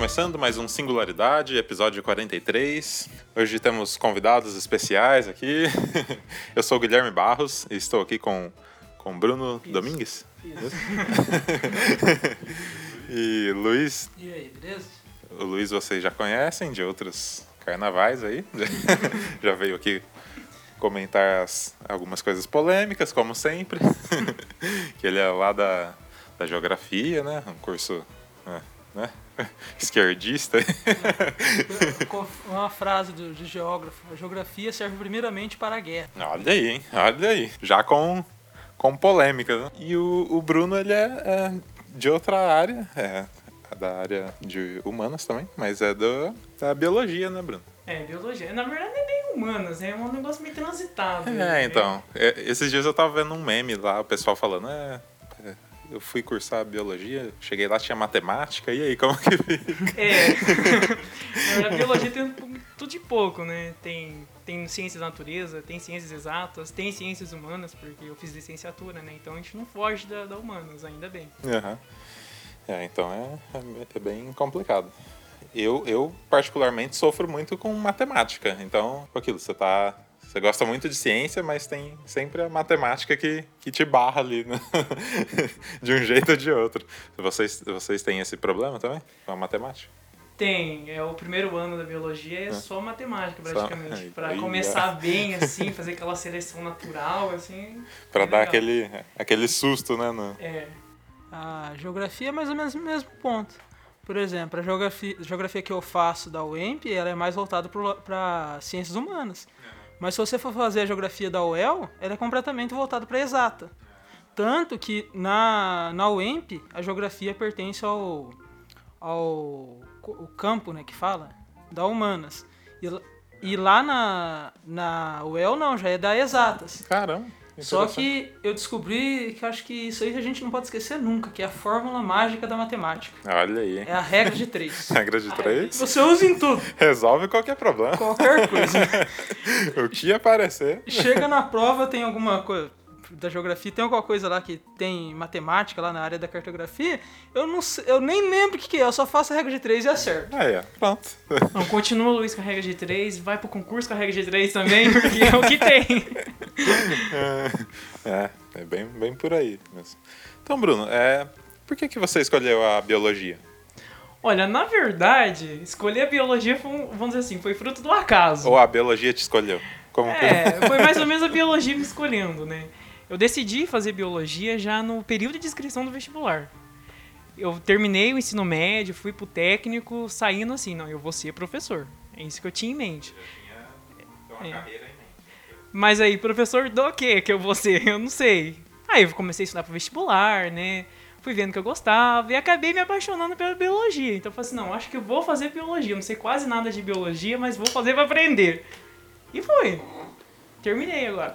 começando mais um Singularidade, episódio 43. Hoje temos convidados especiais aqui. Eu sou o Guilherme Barros e estou aqui com Bruno Domingues. Isso. E Luiz. E aí, beleza? O Luiz vocês já conhecem de outros carnavais aí. Já veio aqui comentar algumas coisas polêmicas, como sempre. Que ele é lá da geografia, né? Um curso... né? Esquerdista. Uma frase do geógrafo: a geografia serve primeiramente para a guerra. Olha aí, hein? Olha aí. Já com polêmica, né? E o Bruno, ele é de outra área, da área de humanas também, mas é da biologia, né, Bruno? Biologia. Na verdade, não é bem humanas, é um negócio meio transitado. Então. Esses dias eu tava vendo um meme lá, o pessoal falando, eu fui cursar biologia, cheguei lá, tinha matemática, e aí, como que fica? Na biologia tem tudo de pouco, né? Tem ciências da natureza, tem ciências exatas, tem ciências humanas, porque eu fiz licenciatura, né? Então a gente não foge da humanas, ainda bem. Uhum. Então é bem complicado. Eu particularmente sofro muito com matemática, então, aquilo, você gosta muito de ciência, mas tem sempre a matemática que te barra ali, né? De um jeito ou de outro. Vocês têm esse problema também com a matemática? Tem. O primeiro ano da biologia é só matemática, praticamente. Para começar bem, assim, fazer aquela seleção natural, assim... Para dar aquele susto, né? A geografia é mais ou menos o mesmo ponto. Por exemplo, a geografia que eu faço da UEMP, ela é mais voltada para ciências humanas. Mas se você for fazer a geografia da UEL, ela é completamente voltada para exata. Tanto que na UEMP, a geografia pertence ao campo, né, que fala, da humanas. E lá na UEL não, já é da exatas. Caramba! Só que eu descobri que acho que isso aí a gente não pode esquecer nunca, que é a fórmula mágica da matemática. Olha aí. É a regra de 3. Regra de 3? Você usa em tudo. Resolve qualquer problema. Qualquer coisa. O que aparecer. Chega na prova, tem alguma coisa da geografia, tem alguma coisa lá que tem matemática lá na área da cartografia, eu nem lembro o que é, eu só faço a regra de 3 e acerto. Pronto. Não, continua o Luiz com a regra de 3, vai pro concurso com a regra de 3 também, porque é o que tem. É bem por aí mesmo. Então, Bruno, por que você escolheu a biologia? Olha, na verdade, escolher a biologia vamos dizer assim, foi fruto do acaso. Ou a biologia te escolheu? Foi mais ou menos a biologia me escolhendo, né? Eu decidi fazer biologia já no período de inscrição do vestibular. Eu terminei o ensino médio, fui pro técnico, saindo assim, não, eu vou ser professor. É isso que eu tinha em mente. Uma carreira em mente. Mas aí, professor do quê que eu vou ser? Eu não sei. Aí eu comecei a estudar pro vestibular, né? Fui vendo que eu gostava e acabei me apaixonando pela biologia. Então eu falei assim, não, acho que eu vou fazer biologia. Eu não sei quase nada de biologia, mas vou fazer pra aprender. E foi. Terminei agora.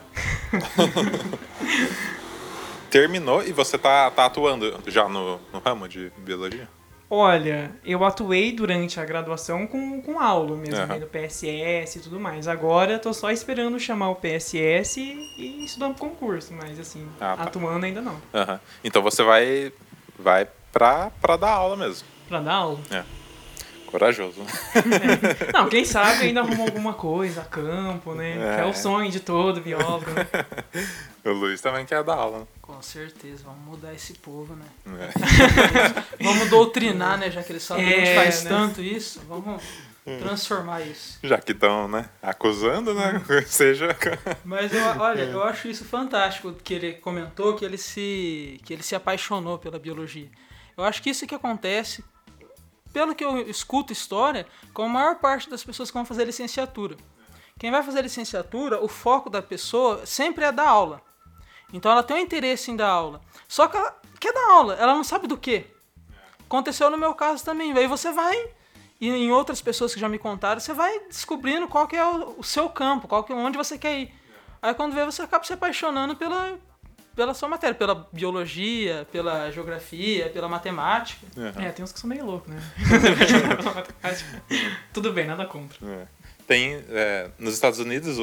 Terminou e você tá atuando já no ramo de biologia? Olha, eu atuei durante a graduação com aula mesmo, né, do PSS e tudo mais. Agora eu tô só esperando chamar o PSS e estudando pro concurso, mas assim, atuando ainda não. Então você vai pra dar aula mesmo? Pra dar aula? Corajoso. Não, quem sabe ainda arruma alguma coisa, campo, né? Que é o sonho de todo biólogo, né? O Luiz também quer dar aula, né? Com certeza, vamos mudar esse povo, né? Vamos doutrinar, né? Já que eles sabem que a gente faz tanto isso, vamos transformar isso. Já que estão, né, acusando, né? Seja... Mas eu acho isso fantástico que ele comentou, que ele se apaixonou pela biologia. Eu acho que isso que acontece, pelo que eu escuto história, com a maior parte das pessoas que vão fazer licenciatura. Quem vai fazer licenciatura, o foco da pessoa sempre é dar aula. Então ela tem um interesse em dar aula. Só que ela quer dar aula, ela não sabe do quê. Aconteceu no meu caso também. Aí você vai, e em outras pessoas que já me contaram, você vai descobrindo qual que é o seu campo, onde você quer ir. Aí quando vê, você acaba se apaixonando pela sua matéria, pela biologia, pela geografia, pela matemática. Tem uns que são meio loucos, né? Tudo bem, nada contra. Tem, nos Estados Unidos,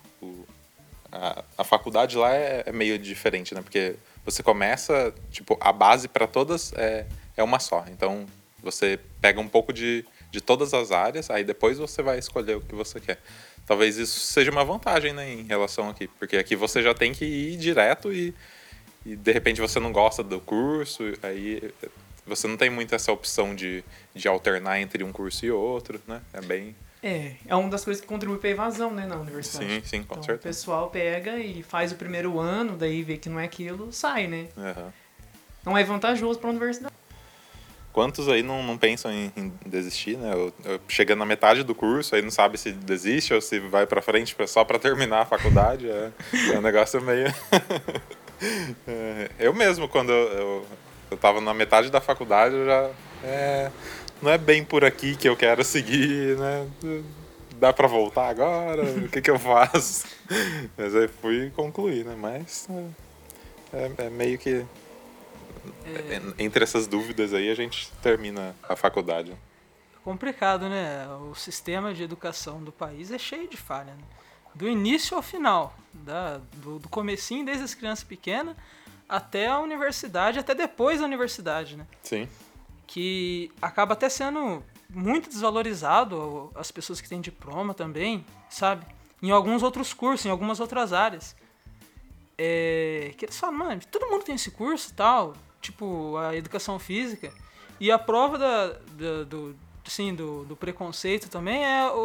a faculdade lá é meio diferente, né? Porque você começa, tipo, a base para todas é uma só. Então, Você pega um pouco de todas as áreas, aí depois você vai escolher o que você quer. Talvez isso seja uma vantagem, né, em relação aqui. Porque aqui você já tem que ir direto e de repente você não gosta do curso, aí você não tem muito essa opção de alternar entre um curso e outro, né? É uma das coisas que contribui para a evasão, né, na universidade. Sim, com então, certeza. O pessoal pega e faz o primeiro ano, daí vê que não é aquilo, sai, né? Uhum. Não é vantajoso para a universidade. Quantos aí não pensam em desistir, né? Chegando na metade do curso, aí não sabe se desiste ou se vai pra frente só pra terminar a faculdade. É um negócio meio... Eu mesmo, quando eu tava na metade da faculdade, eu já... não é bem por aqui que eu quero seguir, né? Dá pra voltar agora? O que eu faço? Mas aí fui concluir, né? Mas é meio que... Entre essas dúvidas aí, a gente termina a faculdade. Complicado, né? O sistema de educação do país é cheio de falha, né? Do início ao final, do comecinho, desde as crianças pequenas, até a universidade, até depois da universidade, né? Sim. Que acaba até sendo muito desvalorizado as pessoas que têm diploma também, sabe? Em alguns outros cursos, em algumas outras áreas. Que eles falam, mano, todo mundo tem esse curso e tal, tipo a educação física, e a prova do preconceito também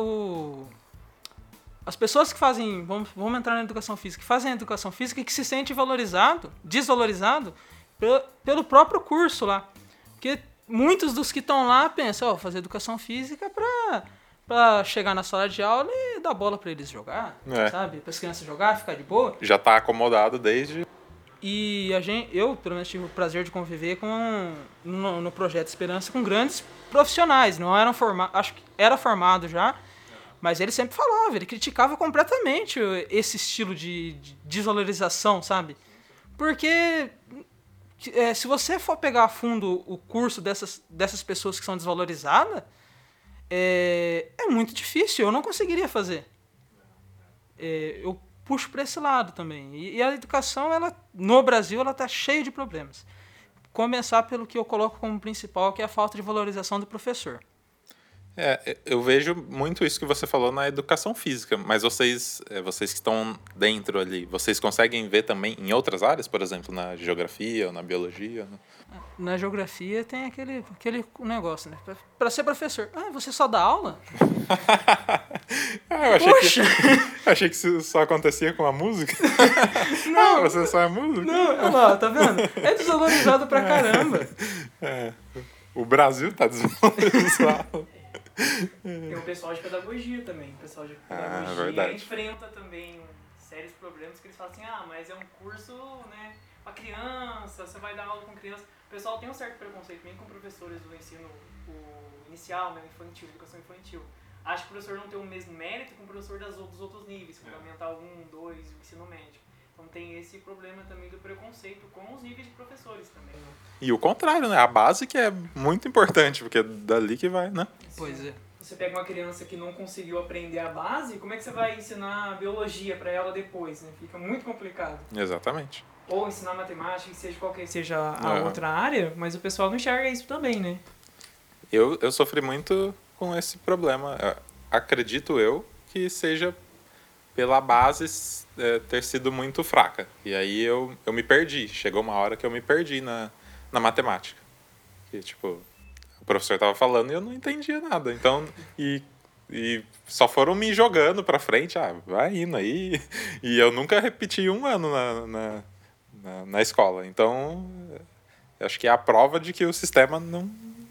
as pessoas que fazem, vamos entrar na educação física, que fazem a educação física e que se sente desvalorizado pelo próprio curso lá, porque muitos dos que estão lá pensam, fazer educação física pra chegar na sala de aula e dar bola pra eles jogar, sabe? Para as crianças jogar, ficar de boa. Já tá acomodado desde... E eu, pelo menos, tive o prazer de conviver no Projeto Esperança com grandes profissionais. Não eram formados, acho que era formado já, mas ele sempre falava, ele criticava completamente esse estilo de desvalorização, sabe? Porque se você for pegar a fundo o curso dessas pessoas que são desvalorizadas, é muito difícil, eu não conseguiria fazer. Eu puxo para esse lado também. E a educação, no Brasil, ela está cheia de problemas. Começar pelo que eu coloco como principal, que é a falta de valorização do professor. Eu vejo muito isso que você falou na educação física, mas vocês que estão dentro ali, vocês conseguem ver também em outras áreas, por exemplo, na geografia ou na biologia? Né? Na geografia tem aquele negócio, né? Para ser professor, você só dá aula? Eu achei que isso só acontecia com a música. Não, você só é músico? Não, olha lá, tá vendo? É desvalorizado pra caramba. O Brasil tá desvalorizado. Tem o pessoal de pedagogia também. O pessoal de pedagogia enfrenta também sérios problemas que eles falam assim, mas é um curso, né, pra criança, você vai dar aula com criança. O pessoal tem um certo preconceito também com professores do ensino inicial, né, infantil, educação infantil. Acho que o professor não tem o mesmo mérito que o professor dos outros níveis, fundamental 1, 2, o ensino médio. Então tem esse problema também do preconceito com os níveis de professores também. Né? E o contrário, né? A base que é muito importante, porque é dali que vai, né? Pois é. Você pega uma criança que não conseguiu aprender a base, como é que você vai ensinar biologia para ela depois, né? Fica muito complicado. Exatamente. Ou ensinar matemática, seja qualquer seja a outra área, mas o pessoal não enxerga isso também, né? Eu sofri muito com esse problema. Acredito eu que seja pela base ter sido muito fraca. E aí eu me perdi. Chegou uma hora que eu me perdi na matemática. Que, tipo, o professor estava falando e eu não entendia nada. Então, e só foram me jogando pra frente. Vai indo aí. E eu nunca repeti um ano na escola. Então, acho que é a prova de que o sistema não...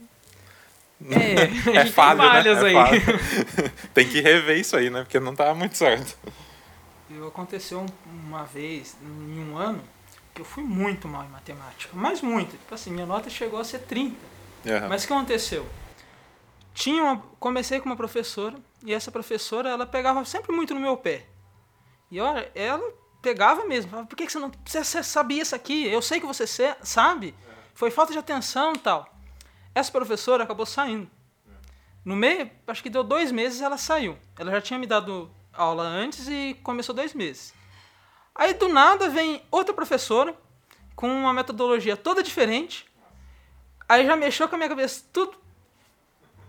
É falho, né? Aí. Falho. Tem que rever isso aí, né? Porque não tá muito certo. Aconteceu uma vez, em um ano, que eu fui muito mal em matemática. Mas muito. Tipo assim, minha nota chegou a ser 30. Mas o que aconteceu? Comecei com uma professora, e essa professora, ela pegava sempre muito no meu pé. E olha, ela pegava mesmo. Falava, por que você não... Você sabia isso aqui? Eu sei que você sabe. Foi falta de atenção e tal. Essa professora acabou saindo. No meio, acho que deu 2 meses, ela saiu. Ela já tinha me dado aula antes e começou 2 meses. Aí, do nada, vem outra professora com uma metodologia toda diferente. Aí já mexeu com a minha cabeça tudo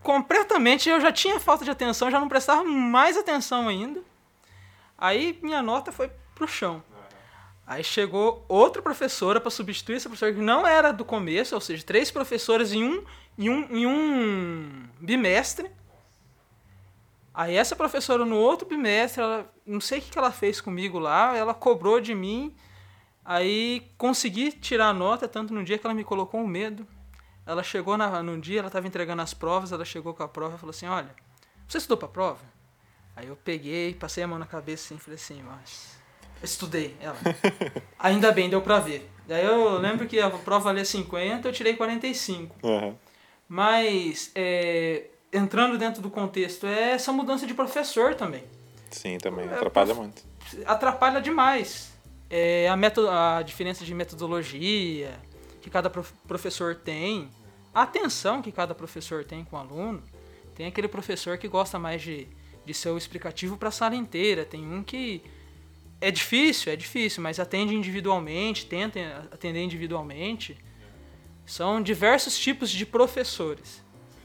completamente, eu já tinha falta de atenção, já não prestava mais atenção ainda. Aí minha nota foi pro chão. Aí chegou outra professora para substituir essa professora que não era do começo, ou seja, 3 professoras em um bimestre. Aí essa professora no outro bimestre, ela, não sei o que ela fez comigo lá, ela cobrou de mim, aí consegui tirar a nota, tanto no dia que ela me colocou um medo. Ela chegou num dia, ela estava entregando as provas, ela chegou com a prova e falou assim, olha, você estudou para a prova? Aí eu peguei, passei a mão na cabeça assim, falei assim, mas eu estudei. Ela, ainda bem, deu para ver. Daí eu lembro que a prova valia 50, eu tirei 45. Uhum. Mas, entrando dentro do contexto, é essa mudança de professor também. Sim, também atrapalha muito. Atrapalha demais. A diferença de metodologia que cada professor tem, a atenção que cada professor tem com o aluno. Tem aquele professor que gosta mais de ser o explicativo para a sala inteira. Tem um que é difícil, mas atende individualmente, tenta atender individualmente. São diversos tipos de professores.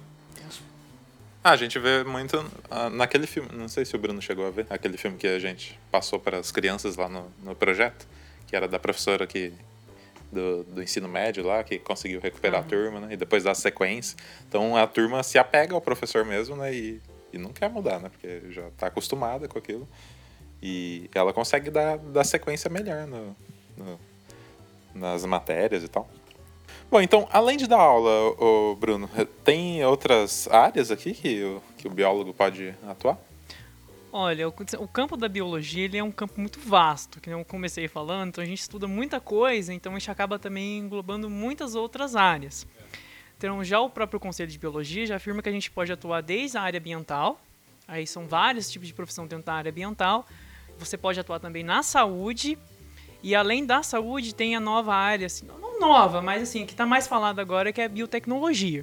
A gente vê muito naquele filme, não sei se o Bruno chegou a ver, aquele filme que a gente passou para as crianças lá no projeto, que era da professora do ensino médio lá, que conseguiu recuperar a turma, né, e depois dar sequência. Então a turma se apega ao professor mesmo, né, e não quer mudar, né, porque já está acostumada com aquilo. E ela consegue dar sequência melhor nas matérias e tal. Bom, então, além de dar aula, Bruno, tem outras áreas aqui que o biólogo pode atuar? Olha, o campo da biologia ele é um campo muito vasto, que eu comecei falando, então a gente estuda muita coisa, então a gente acaba também englobando muitas outras áreas. Então, já o próprio Conselho de Biologia já afirma que a gente pode atuar desde a área ambiental, aí são vários tipos de profissão dentro da área ambiental, você pode atuar também na saúde, e além da saúde tem a nova área, assim, não nova, mas assim, que está mais falada agora, que é a biotecnologia.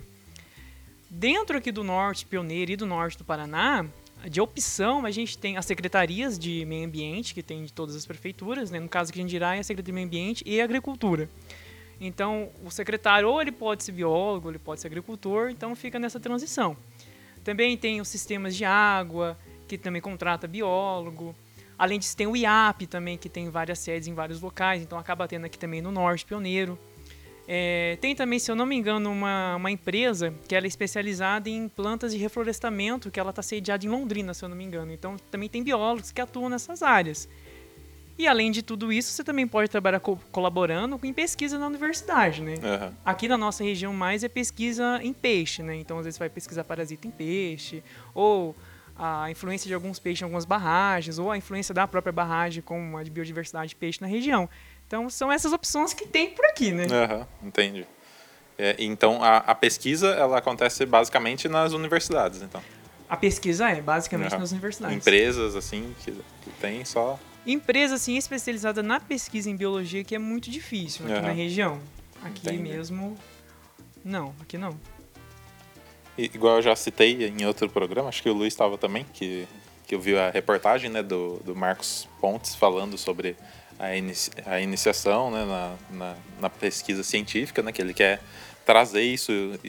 Dentro aqui do norte pioneiro e do norte do Paraná, de opção, a gente tem as secretarias de meio ambiente, que tem de todas as prefeituras, né? No caso que a gente dirá é a Secretaria de Meio Ambiente e Agricultura. Então, o secretário ou ele pode ser biólogo, ou ele pode ser agricultor, então fica nessa transição. Também tem os sistemas de água, que também contrata biólogo. Além disso, tem o IAP também, que tem várias sedes em vários locais, então acaba tendo aqui também no Norte Pioneiro. Tem também, se eu não me engano, uma empresa que ela é especializada em plantas de reflorestamento, que ela está sediada em Londrina, se eu não me engano. Então, também tem biólogos que atuam nessas áreas. E, além de tudo isso, você também pode trabalhar colaborando em pesquisa na universidade, né? Uhum. Aqui na nossa região mais é pesquisa em peixe, né? Então, às vezes, vai pesquisar parasita em peixe, ou a influência de alguns peixes em algumas barragens, ou a influência da própria barragem com a biodiversidade de peixe na região. Então, são essas opções que tem por aqui, né? Entendi. Então, a pesquisa, ela acontece basicamente nas universidades, então? A pesquisa basicamente nas universidades. Empresas, assim, que tem só... Empresa, assim, especializada na pesquisa em biologia, que é muito difícil aqui na região. Aqui Entendi. mesmo, não, aqui não. Igual eu já citei em outro programa, acho que o Luiz estava também, que eu vi a reportagem, né, do Marcos Pontes falando sobre a iniciação, né, na pesquisa científica, né, que ele quer trazer isso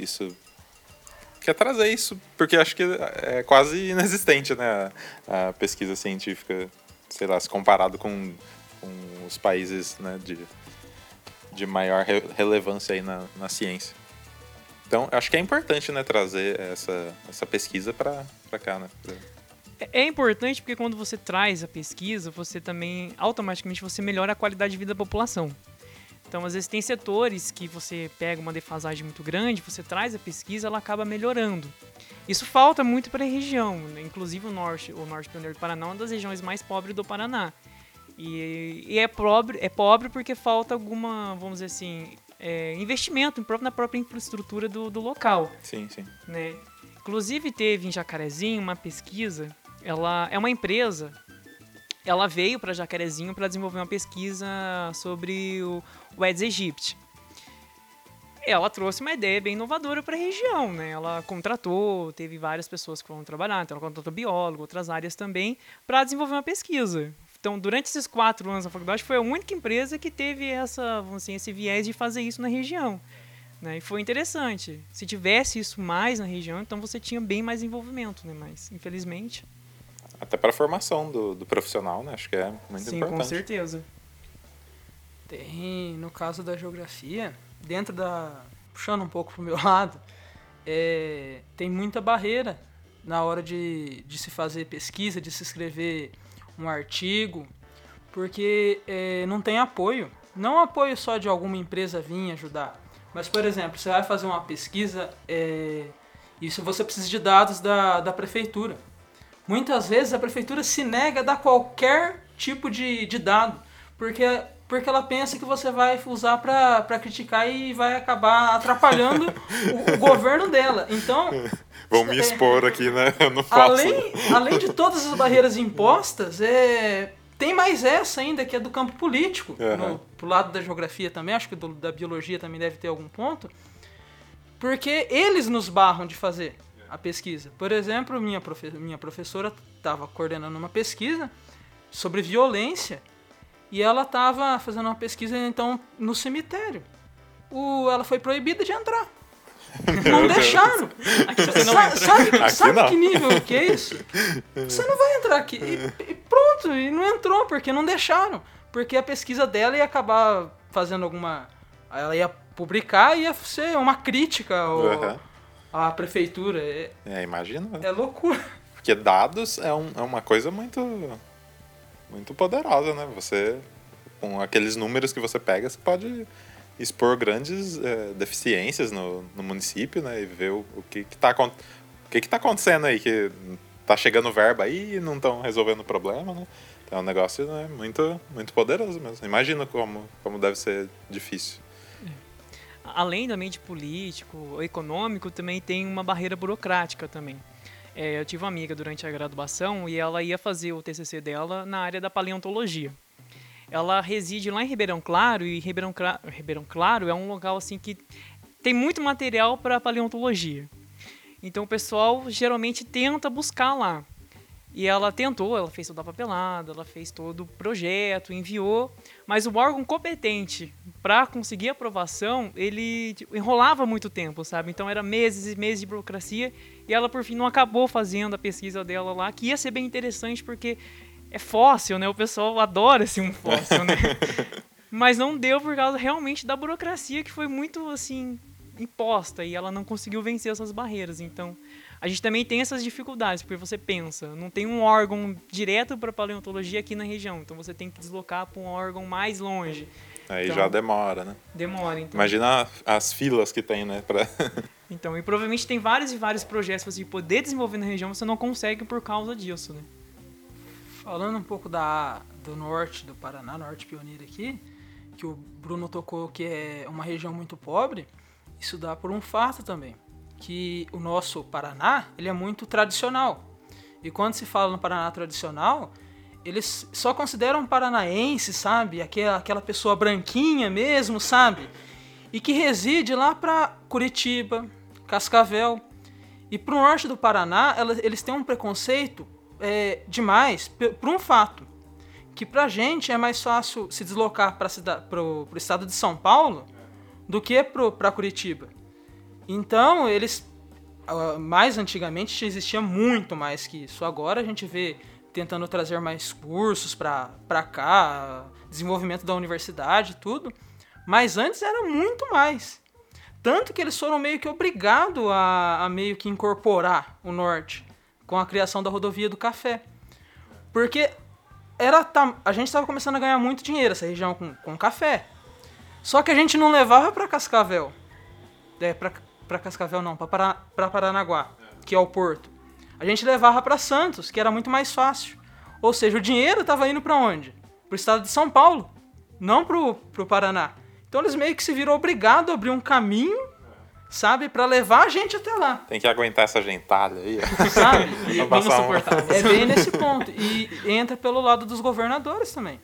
porque acho que é quase inexistente, né, a pesquisa científica, sei lá, se comparado com os países, né, de maior relevância aí na ciência. Então, acho que é importante, né, trazer essa pesquisa para cá, né? É importante porque quando você traz a pesquisa, você também, automaticamente, você melhora a qualidade de vida da população. Então, às vezes, tem setores que você pega uma defasagem muito grande, você traz a pesquisa, ela acaba melhorando. Isso falta muito para a região, né? Inclusive o norte pioneiro do Paraná é uma das regiões mais pobres do Paraná. E é pobre porque falta alguma, vamos dizer assim, investimento na própria infraestrutura do local. Sim, sim. Né? Inclusive teve em Jacarezinho uma pesquisa, ela é uma empresa, ela veio para Jacarezinho para desenvolver uma pesquisa sobre o Aedes aegypti. Ela trouxe uma ideia bem inovadora para a região, né? Ela contratou, teve várias pessoas que foram trabalhar, então ela contratou biólogo, outras áreas também, para desenvolver uma pesquisa. Então, durante esses 4 anos na faculdade, foi a única empresa que teve esse viés de fazer isso na região. né? E foi interessante. Se tivesse isso mais na região, então você tinha bem mais envolvimento, né? Mas, infelizmente... Até para a formação do profissional, né? Acho que é muito Sim, importante. com certeza. Tem, no caso da geografia, dentro da... puxando um pouco pro meu lado, tem muita barreira na hora de se fazer pesquisa, de se escrever um artigo, porque não tem apoio. Não apoio só de alguma empresa vir ajudar, mas, por exemplo, você vai fazer uma pesquisa e você precisa de dados da prefeitura. Muitas vezes a prefeitura se nega a dar qualquer tipo de dado, porque ela pensa que você vai usar para criticar e vai acabar atrapalhando o governo dela. Então... Vão me expor aqui, né? Eu não posso. Além de todas as barreiras impostas, tem mais essa ainda, que é do campo político. Pro lado da geografia também, acho que da biologia também deve ter algum ponto. Porque eles nos barram de fazer a pesquisa. Por exemplo, minha professora estava coordenando uma pesquisa sobre violência e ela estava fazendo uma pesquisa, então, no cemitério. Ela foi proibida de entrar. Não deixaram. Aqui você não entra. Sabe que nível que é isso? Você não vai entrar aqui. E pronto, e não entrou, porque não deixaram. Porque a pesquisa dela ia acabar fazendo alguma... Ela ia publicar e ia ser uma crítica à prefeitura. Imagina. É loucura. Porque dados é uma coisa muito, muito poderosa, né? Você, com aqueles números que você pega, você pode expor grandes deficiências no município, né? E ver o que tá acontecendo aí, que tá chegando verba aí e não estão resolvendo o problema, né? Então é um negócio, né, muito, muito poderoso mesmo. Imagina como deve ser difícil. Além da mente político ou econômico, também tem uma barreira burocrática também. Eu tive uma amiga durante a graduação e ela ia fazer o TCC dela na área da paleontologia. Ela reside lá em Ribeirão Claro, e Ribeirão Claro é um local assim que tem muito material para paleontologia. Então o pessoal geralmente tenta buscar lá. E ela tentou, ela fez toda a papelada, ela fez todo o projeto, enviou, mas o órgão competente para conseguir aprovação, ele enrolava muito tempo, sabe? Então era meses e meses de burocracia e ela por fim não acabou fazendo a pesquisa dela lá, que ia ser bem interessante porque é fóssil, né? O pessoal adora um fóssil, né? Mas não deu por causa realmente da burocracia que foi muito, assim, imposta e ela não conseguiu vencer essas barreiras. Então, a gente também tem essas dificuldades, porque você pensa, não tem um órgão direto para paleontologia aqui na região, então você tem que deslocar para um órgão mais longe. Aí então, já demora, né? Demora, então. Imagina as filas que tem, né? Então, e provavelmente tem vários e vários projetos para você poder desenvolver na região, você não consegue por causa disso, né? Falando um pouco do norte do Paraná, norte pioneiro aqui, que o Bruno tocou que é uma região muito pobre, isso dá por um fato também, que o nosso Paraná, ele é muito tradicional. E quando se fala no Paraná tradicional, eles só consideram paranaense, sabe? Aquela pessoa branquinha mesmo, sabe? E que reside lá para Curitiba, Cascavel. E para o norte do Paraná, eles têm um preconceito demais por um fato. Que pra gente é mais fácil se deslocar pro estado de São Paulo do que para Curitiba. Então, eles, mais antigamente, existia muito mais que isso. Agora a gente vê tentando trazer mais cursos para cá, desenvolvimento da universidade e tudo. Mas antes era muito mais. Tanto que eles foram meio que obrigados a meio que incorporar o norte com a criação da rodovia do café. Porque a gente estava começando a ganhar muito dinheiro, essa região com café. Só que a gente não levava para Cascavel. Para Cascavel não, para Paranaguá, que é o porto. A gente levava para Santos, que era muito mais fácil. Ou seja, o dinheiro estava indo para onde? Para o estado de São Paulo, não pro Paraná. Então eles meio que se viram obrigados a abrir um caminho, sabe, para levar a gente até lá. Tem que aguentar essa gentalha aí. Sabe? Vamos suportar. É bem nesse ponto. E entra pelo lado dos governadores também.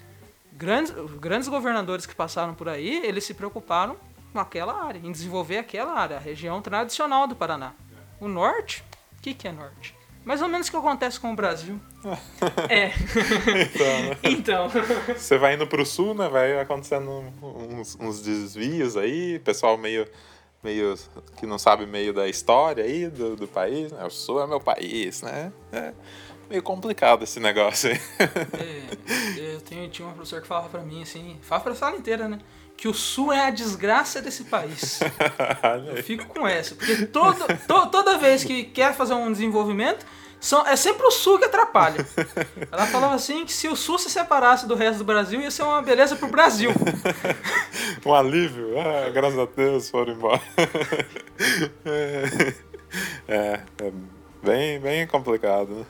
Grandes governadores que passaram por aí, eles se preocuparam com aquela área, em desenvolver aquela área, a região tradicional do Paraná. O norte, o que é norte? Mais ou menos o que acontece com o Brasil. É. Então. Você vai indo pro sul, né? Vai acontecendo uns desvios aí, pessoal meio que não sabe meio da história aí do país, né? O sul é meu país, né? É meio complicado esse negócio aí. Tinha um professor que falava pra mim assim, falava pra sala inteira, né? Que o sul é a desgraça desse país. Eu fico com essa, porque toda vez que quer fazer um desenvolvimento, é sempre o sul que atrapalha. Ela falava assim que se o sul se separasse do resto do Brasil, ia ser uma beleza pro Brasil. Um alívio. Graças a Deus foram embora. É bem complicado.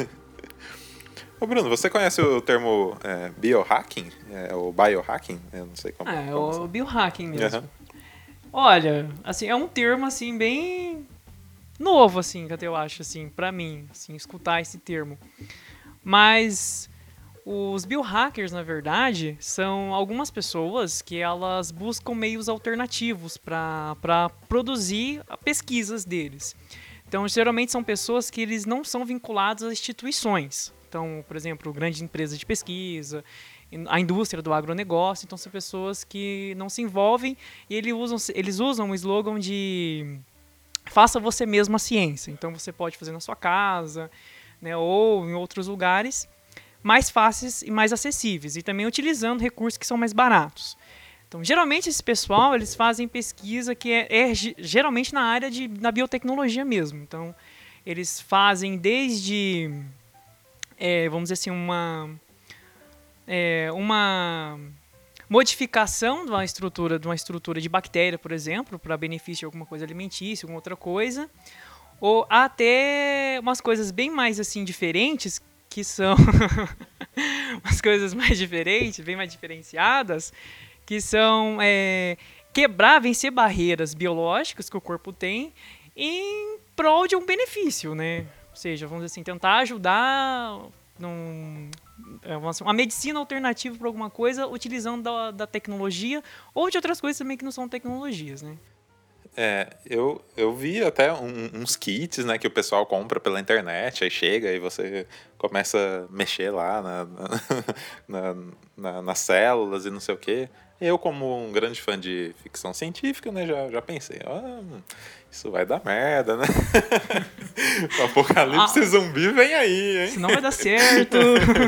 Ô Bruno, você conhece o termo biohacking? Ou biohacking? Eu não sei como. É o biohacking mesmo. Uhum. Olha, assim, é um termo assim bem novo, assim, que até eu acho, assim, pra mim, assim, escutar esse termo. Mas os biohackers, na verdade, são algumas pessoas que elas buscam meios alternativos para produzir pesquisas deles. Então, geralmente são pessoas que eles não são vinculados às instituições. Então, por exemplo, grandes empresas de pesquisa, a indústria do agronegócio. Então, são pessoas que não se envolvem e eles usam o slogan de faça você mesmo a ciência. Então, você pode fazer na sua casa, né, ou em outros lugares mais fáceis e mais acessíveis. E também utilizando recursos que são mais baratos. Então, geralmente, esse pessoal eles fazem pesquisa que é geralmente na área da biotecnologia mesmo. Então, eles fazem desde, vamos dizer assim, uma modificação de uma estrutura de bactéria, por exemplo, para benefício de alguma coisa alimentícia, alguma outra coisa, ou até umas coisas bem mais assim diferentes, que são umas coisas mais diferentes, bem mais diferenciadas, que são vencer barreiras biológicas que o corpo tem em prol de um benefício, né? Ou seja, vamos dizer assim, tentar ajudar uma medicina alternativa para alguma coisa utilizando da tecnologia ou de outras coisas também que não são tecnologias, né? Eu vi até uns kits, né, que o pessoal compra pela internet, aí chega e você começa a mexer lá nas células e não sei o quê. Eu, como um grande fã de ficção científica, né, já pensei, isso vai dar merda, né? O apocalipse zumbi vem aí, hein? Isso não vai dar certo.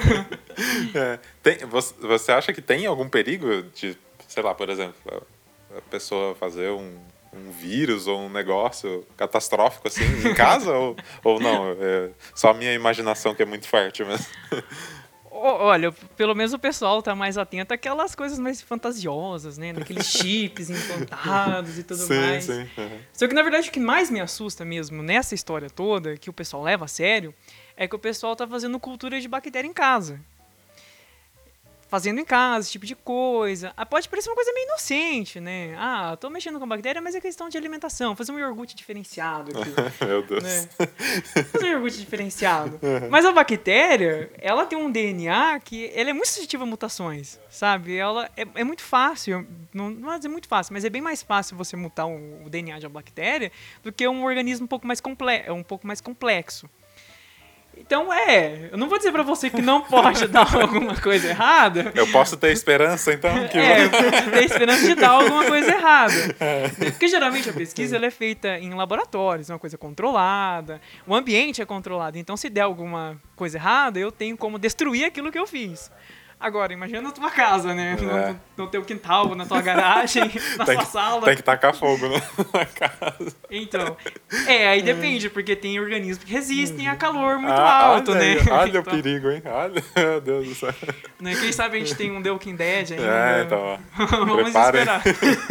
Você acha que tem algum perigo de, sei lá, por exemplo, a pessoa fazer um vírus ou um negócio catastrófico assim em casa ou não? É só a minha imaginação que é muito fértil mesmo. Olha, pelo menos o pessoal tá mais atento àquelas coisas mais fantasiosas, né? Naqueles chips implantados e tudo mais. Sim. Uhum. Só que, na verdade, o que mais me assusta mesmo nessa história toda, que o pessoal leva a sério, é que o pessoal tá fazendo cultura de bactéria em casa. Fazendo em casa, esse tipo de coisa. Pode parecer uma coisa meio inocente, né? Tô mexendo com bactéria, mas é questão de alimentação. Fazer um iogurte diferenciado aqui. Meu Deus. Né? Fazer um iogurte diferenciado. Mas a bactéria, ela tem um DNA que ela é muito suscetível a mutações, sabe? Ela é muito fácil, não vou dizer muito fácil, mas é bem mais fácil você mutar o DNA de uma bactéria do que um organismo um pouco mais complexo. Então eu não vou dizer pra você que não pode dar alguma coisa errada. Eu posso ter esperança, então? Eu posso ter esperança de dar alguma coisa errada. Porque geralmente a pesquisa ela é feita em laboratórios, uma coisa controlada, o ambiente é controlado. Então se der alguma coisa errada, eu tenho como destruir aquilo que eu fiz. Agora, imagina na tua casa, né? No teu quintal, na tua garagem, na sua sala. Tem que tacar fogo na casa. Então, aí depende, porque tem organismos que resistem a calor muito alto, né? Olha então, o perigo, hein? Olha, meu Deus do céu. Né? Quem sabe a gente tem um The Walking Dead ainda. Então, vamos esperar.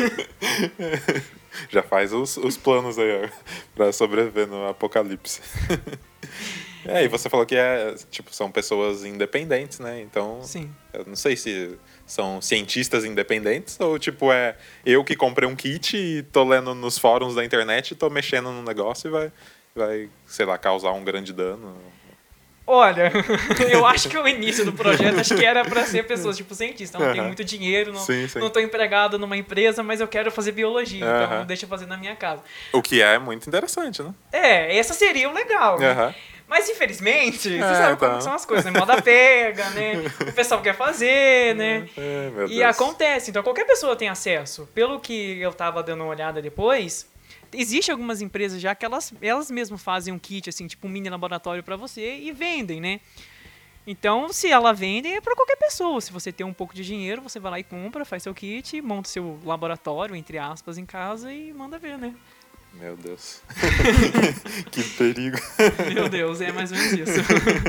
Já faz os planos aí, ó, pra sobreviver no apocalipse. E você falou que são pessoas independentes, né? Então, sim. Eu não sei se são cientistas independentes ou, eu que comprei um kit e tô lendo nos fóruns da internet, tô mexendo no negócio e vai, sei lá, causar um grande dano. Olha, eu acho que o início do projeto acho que era para ser pessoas tipo cientista. Não tenho muito dinheiro, não tô empregado numa empresa, mas eu quero fazer biologia, então deixa eu fazer na minha casa. O que é muito interessante, né? Essa seria o legal. Né? Mas, infelizmente, você É, sabe então. como são as coisas, né? Moda pega, né? O pessoal quer fazer, né? Meu E Deus. acontece, então qualquer pessoa tem acesso. Pelo que eu tava dando uma olhada depois, existe algumas empresas já que elas mesmas fazem um kit, assim, tipo um mini laboratório pra você e vendem, né? Então, se ela vende, é pra qualquer pessoa. Se você tem um pouco de dinheiro, você vai lá e compra, faz seu kit, monta seu laboratório, entre aspas, em casa e manda ver, né? Meu Deus. Que perigo. Meu Deus, é mais ou menos isso.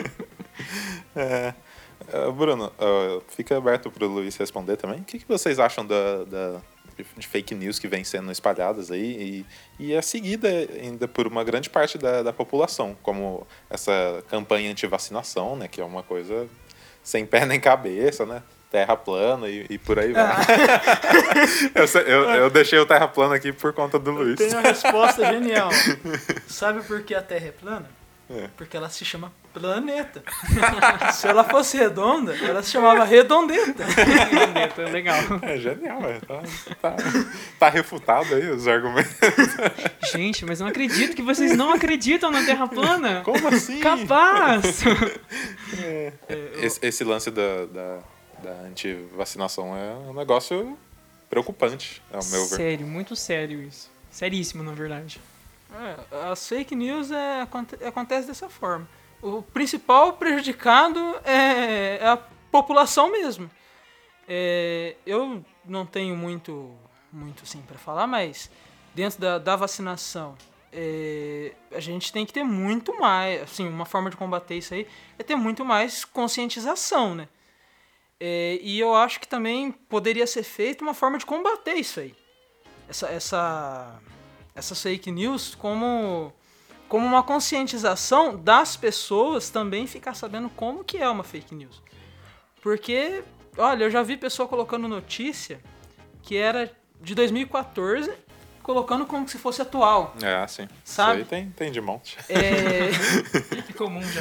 Bruno, fica aberto para o Luiz responder também. O que vocês acham de fake news que vem sendo espalhadas aí e é seguida ainda por uma grande parte da população, como essa campanha anti-vacinação, né, que é uma coisa sem pé nem cabeça, né? Terra plana e por aí vai. Eu deixei o terra plana aqui por conta do Luiz. Tem uma resposta genial. Sabe por que a Terra é plana? Porque ela se chama planeta. Se ela fosse redonda, ela se chamava redondeta. Redondeta, legal. É genial, velho. Tá refutado aí os argumentos. Gente, mas eu não acredito que vocês não acreditam na Terra plana. Como assim? Capaz! Esse lance da anti-vacinação é um negócio preocupante, ao meu ver. Sério, muito sério isso. Seríssimo, na verdade. As fake news acontece dessa forma. O principal prejudicado é a população mesmo. Eu não tenho muito sim para falar, mas dentro da vacinação a gente tem que ter muito mais, assim, uma forma de combater isso aí é ter muito mais conscientização, né? E eu acho que também poderia ser feita uma forma de combater isso aí. Essas fake news como uma conscientização das pessoas também ficar sabendo como que é uma fake news. Porque, olha, eu já vi pessoa colocando notícia que era de 2014, colocando como se fosse atual. Sim. Sabe? Isso aí tem de monte. É comum já.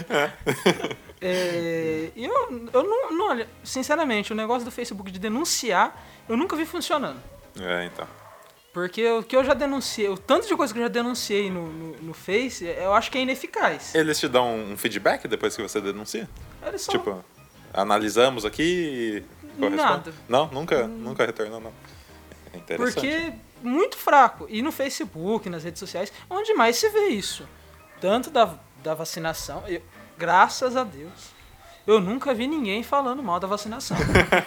Eu não, olha, sinceramente, o negócio do Facebook de denunciar, eu nunca vi funcionando. Então. Porque o que eu já denunciei, o tanto de coisa que eu já denunciei no Face, eu acho que é ineficaz. Eles te dão um feedback depois que você denuncia? Eles só... Tipo, analisamos aqui e corresponde? Nada. Não? Nunca retornou, não. É interessante. Porque muito fraco. E no Facebook, nas redes sociais, onde mais se vê isso. Tanto da vacinação, graças a Deus, eu nunca vi ninguém falando mal da vacinação.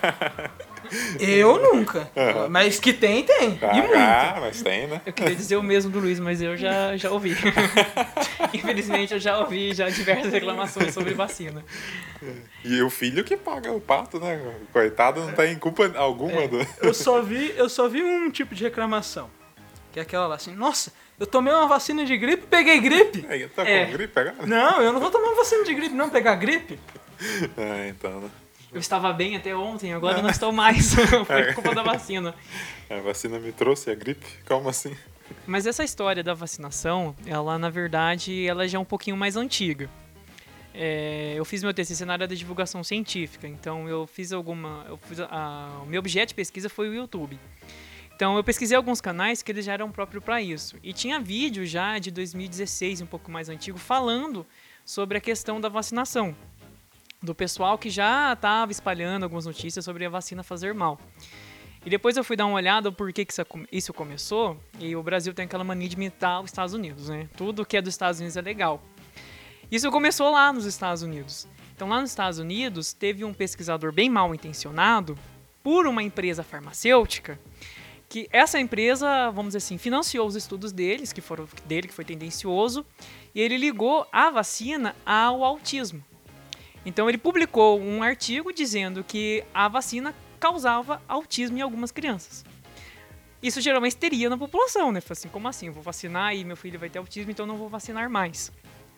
Eu nunca. Mas que tem. E muito. Mas tem, né? Eu queria dizer o mesmo do Luiz, mas eu já ouvi. Infelizmente, eu já ouvi diversas reclamações sobre vacina. E o filho que paga o pato, né? Coitado, não tem culpa alguma. Eu só vi um tipo de reclamação. Que é aquela lá assim, nossa, eu tomei uma vacina de gripe e peguei gripe. Aí tá com gripe agora? Não, eu não vou tomar uma vacina de gripe, não, pegar gripe. Então, né? Eu estava bem até ontem, agora eu não estou mais. Foi culpa da vacina. A vacina me trouxe a gripe? Como assim? Mas essa história da vacinação, ela na verdade, ela já é um pouquinho mais antiga. Eu fiz meu TCC na área da divulgação científica, então o meu objeto de pesquisa foi o YouTube. Então eu pesquisei alguns canais que eles já eram próprios para isso. E tinha vídeo já de 2016, um pouco mais antigo, falando sobre a questão da vacinação. Do pessoal que já estava espalhando algumas notícias sobre a vacina fazer mal. E depois eu fui dar uma olhada por que isso começou, e o Brasil tem aquela mania de imitar os Estados Unidos, né? Tudo que é dos Estados Unidos é legal. Isso começou lá nos Estados Unidos. Então lá nos Estados Unidos teve um pesquisador bem mal intencionado por uma empresa farmacêutica, que essa empresa, vamos dizer assim, financiou os estudos deles, que foi tendencioso, e ele ligou a vacina ao autismo. Então ele publicou um artigo dizendo que a vacina causava autismo em algumas crianças. Isso gerou uma histeria na população, né? Falei assim, como assim? Eu vou vacinar e meu filho vai ter autismo, então eu não vou vacinar mais.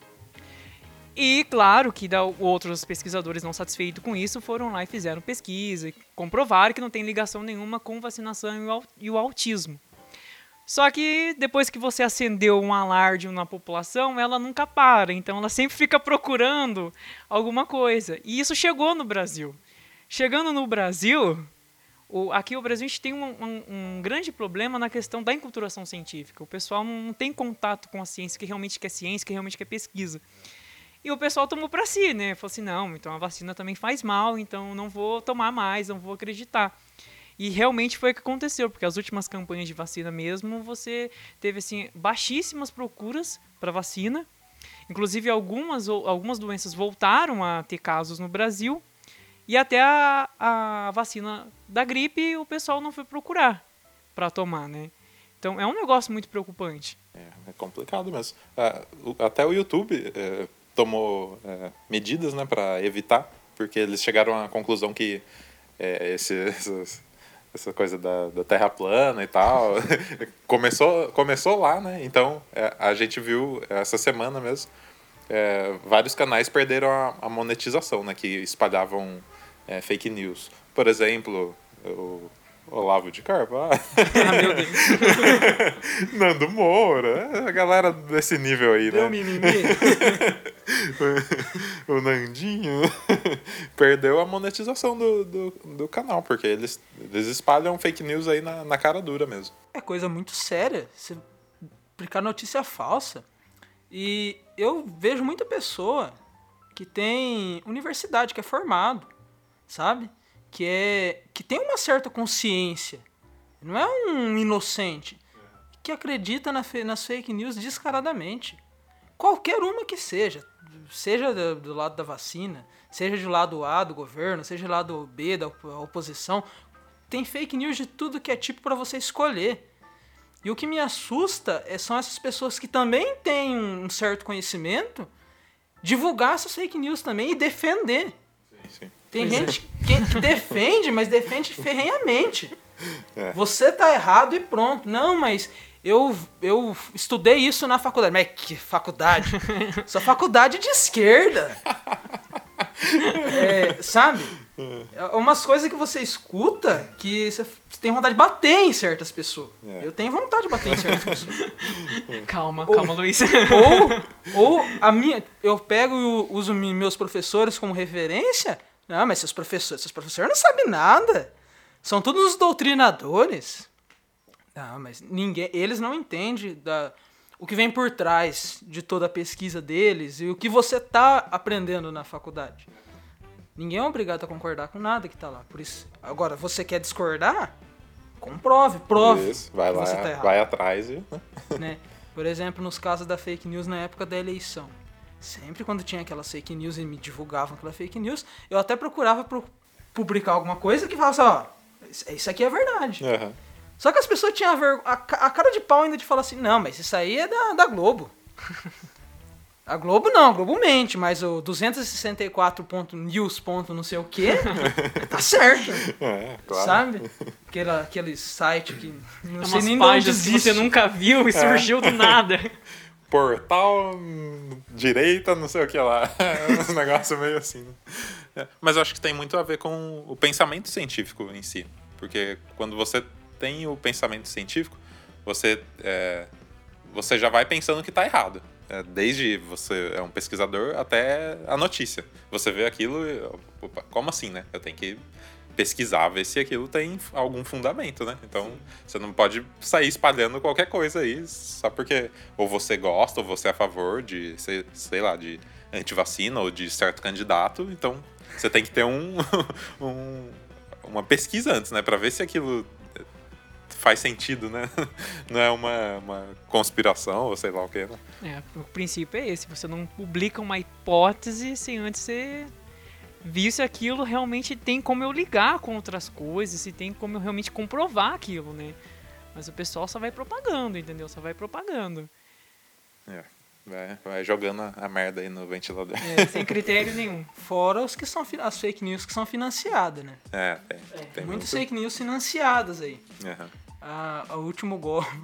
E claro que outros pesquisadores não satisfeitos com isso foram lá e fizeram pesquisa e comprovaram que não tem ligação nenhuma com vacinação e o autismo. Só que depois que você acendeu um alarde na população, ela nunca para. Então ela sempre fica procurando alguma coisa. E isso chegou no Brasil. Chegando no Brasil, aqui no Brasil a gente tem um grande problema na questão da enculturação científica. O pessoal não tem contato com a ciência, que realmente quer ciência, que realmente quer pesquisa. E o pessoal tomou pra si, né? Falou assim, não, então a vacina também faz mal, então não vou tomar mais, não vou acreditar. E realmente foi o que aconteceu, porque as últimas campanhas de vacina mesmo, você teve assim baixíssimas procuras para vacina. Inclusive algumas doenças voltaram a ter casos no Brasil. E até a vacina da gripe o pessoal não foi procurar para tomar, né? Então é um negócio muito preocupante. É complicado mesmo. Até o YouTube tomou medidas, né, para evitar, porque eles chegaram à conclusão que essa coisa da terra plana e tal começou lá, né? Então a gente viu essa semana mesmo vários canais perderam a monetização, né, que espalhavam fake news. Por exemplo, o Olavo de Carvalho, Meu Deus. Nando Moura, a galera desse nível aí, Deu né? mimimi. O Nandinho perdeu a monetização do canal, porque eles espalham fake news aí na cara dura mesmo. É coisa muito séria. Você publicar notícia falsa. E eu vejo muita pessoa que tem universidade, que é formado, sabe? Que tem uma certa consciência. Não é um inocente. Que acredita nas fake news descaradamente. Qualquer uma que seja. Seja do lado da vacina, seja do lado A do governo, seja do lado B da oposição. Tem fake news de tudo que é tipo para você escolher. E o que me assusta são essas pessoas que também têm um certo conhecimento, divulgar essas fake news também e defender. Sim. Tem gente que defende, mas defende ferrenhamente. Você tá errado e pronto. Não, mas eu estudei isso na faculdade. Mas que faculdade? Só faculdade de esquerda. Sabe? Umas coisas que você escuta que você tem vontade de bater em certas pessoas. Eu tenho vontade de bater em certas pessoas. Calma, Luiz. Eu pego e uso meus professores como referência. Não, mas seus professores não sabem nada. São todos os doutrinadores. Não, mas eles não entendem o que vem por trás de toda a pesquisa deles e o que você está aprendendo na faculdade. Ninguém é obrigado a concordar com nada que está lá. Por isso, agora, você quer discordar? Comprove, prove. Isso, vai lá, você tá errado. vai atrás e... Né? Por exemplo, nos casos da fake news na época da eleição. Sempre quando tinha aquelas fake news e me divulgavam aquela fake news, eu até procurava publicar alguma coisa que falava assim, isso aqui é verdade. Uhum. Só que as pessoas tinham a cara de pau ainda de falar assim, não, mas isso aí é da Globo. A Globo não, a Globo mente, mas o 264.news. Não sei o quê, tá certo. Claro. Sabe? Aquele site que não sei Umas nem de onde páginas que existe. você nunca viu e surgiu do nada. Portal direita, não sei o que lá. Um negócio meio assim. Mas eu acho que tem muito a ver com o pensamento científico em si. Porque quando você tem o pensamento científico, você já vai pensando que está errado. Desde você é um pesquisador até a notícia. Você vê aquilo e... Opa, como assim, né? Eu tenho que pesquisar, ver se aquilo tem algum fundamento, né? Então, você não pode sair espalhando qualquer coisa aí só porque ou você gosta ou você é a favor de, sei lá, de antivacina ou de certo candidato. Então, você tem que ter uma pesquisa antes, né? Pra ver se aquilo faz sentido, né? Não é uma conspiração ou sei lá o que, né? O princípio é esse. Você não publica uma hipótese sem antes você ver se aquilo realmente tem como eu ligar com outras coisas, se tem como eu realmente comprovar aquilo, né? Mas o pessoal só vai propagando, entendeu? Só vai propagando. Vai jogando a merda aí no ventilador. Sem critério nenhum. Fora as fake news que são financiadas, né? Tem muitas fake news financiadas aí. Uhum. O último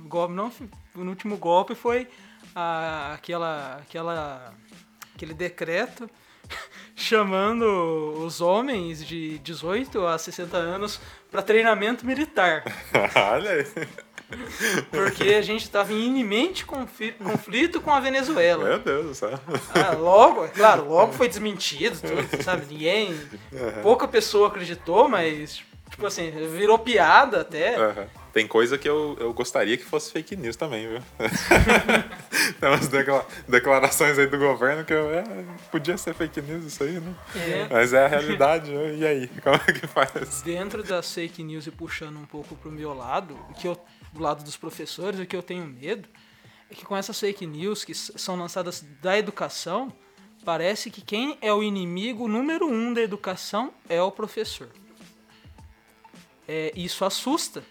golpe foi aquele decreto chamando os homens de 18 a 60 anos para treinamento militar. Olha aí. Porque a gente estava em iminente conflito com a Venezuela. Meu Deus do céu. Logo foi desmentido, tudo, sabe? Pouca pessoa acreditou, mas Tipo assim, virou piada até. Aham. Tem coisa que eu gostaria que fosse fake news também, viu? Tem umas declarações aí do governo que podia ser fake news isso aí, né? Mas é a realidade, né? E aí? Como é que faz? Dentro das fake news e puxando um pouco pro meu lado, do lado dos professores, o que eu tenho medo é que com essas fake news que são lançadas da educação, parece que quem é o inimigo número 1 da educação é o professor. Isso assusta.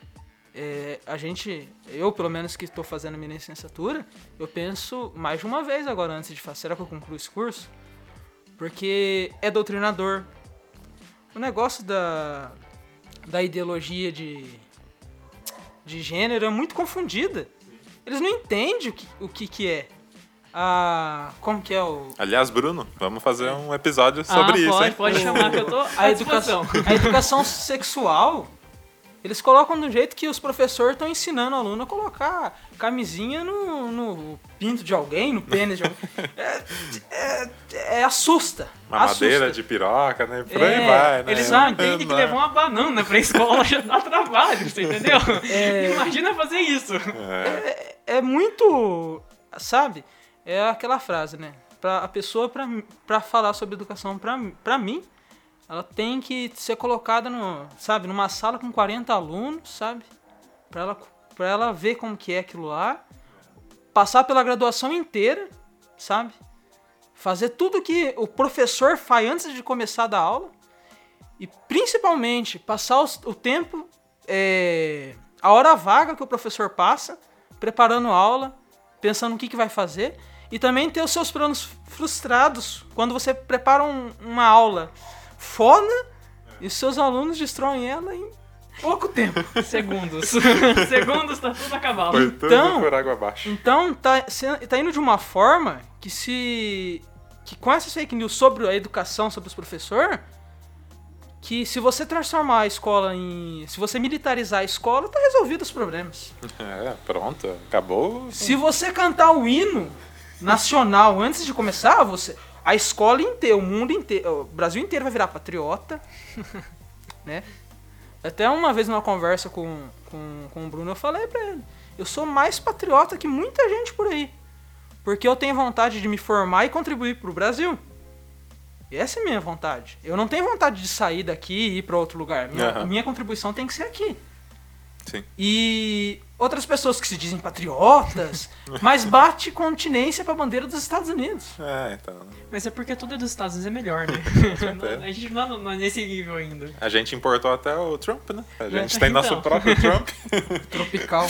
Eu pelo menos que estou fazendo minha licenciatura, eu penso mais de uma vez agora antes de fazer, será que eu concluo esse curso? Porque é doutrinador. O negócio da ideologia de gênero é muito confundida. Eles não entendem o que é. Como que é o... Aliás, Bruno, vamos fazer um episódio sobre isso, hein? Pode chamar que eu tô à disposição. A educação sexual, eles colocam do jeito que os professores estão ensinando o aluno a colocar camisinha no pinto de alguém, no pênis de alguém. Assusta. Mamadeira de piroca, né? Por aí vai, né? Eles não entendem que levar uma banana pra escola já dá trabalho, você entendeu? Imagina fazer isso. É muito... Sabe? É aquela frase, né? A pessoa, pra falar sobre educação, pra mim, ela tem que ser colocada numa sala com 40 alunos, sabe? Pra ela ver como que é aquilo lá. Passar pela graduação inteira, sabe? Fazer tudo que o professor faz antes de começar a dar aula. E principalmente, passar o tempo, a hora vaga que o professor passa, preparando aula, pensando no que vai fazer. E também ter os seus planos frustrados quando você prepara uma aula foda e os seus alunos destroem ela em pouco tempo. Segundos tá tudo acabado. Foi tudo por água abaixo. Então tá indo de uma forma que com essas fake news sobre a educação, sobre os professores, que se você transformar a escola se você militarizar a escola, tá resolvido os problemas. Pronto, acabou. Se você cantar o hino nacional antes de começar, a escola inteira, o mundo inteiro, o Brasil inteiro vai virar patriota, né? Até uma vez numa conversa com o Bruno, eu falei pra ele, eu sou mais patriota que muita gente por aí, porque eu tenho vontade de me formar e contribuir pro Brasil. Essa é a minha vontade. Eu não tenho vontade de sair daqui e ir pra outro lugar. Minha contribuição tem que ser aqui. Sim. E outras pessoas que se dizem patriotas, mas bate continência pra bandeira dos Estados Unidos. Então. Mas é porque tudo dos Estados Unidos é melhor, né? A gente não é nesse nível ainda. A gente importou até o Trump, né? A gente tem nosso próprio Trump. Tropical.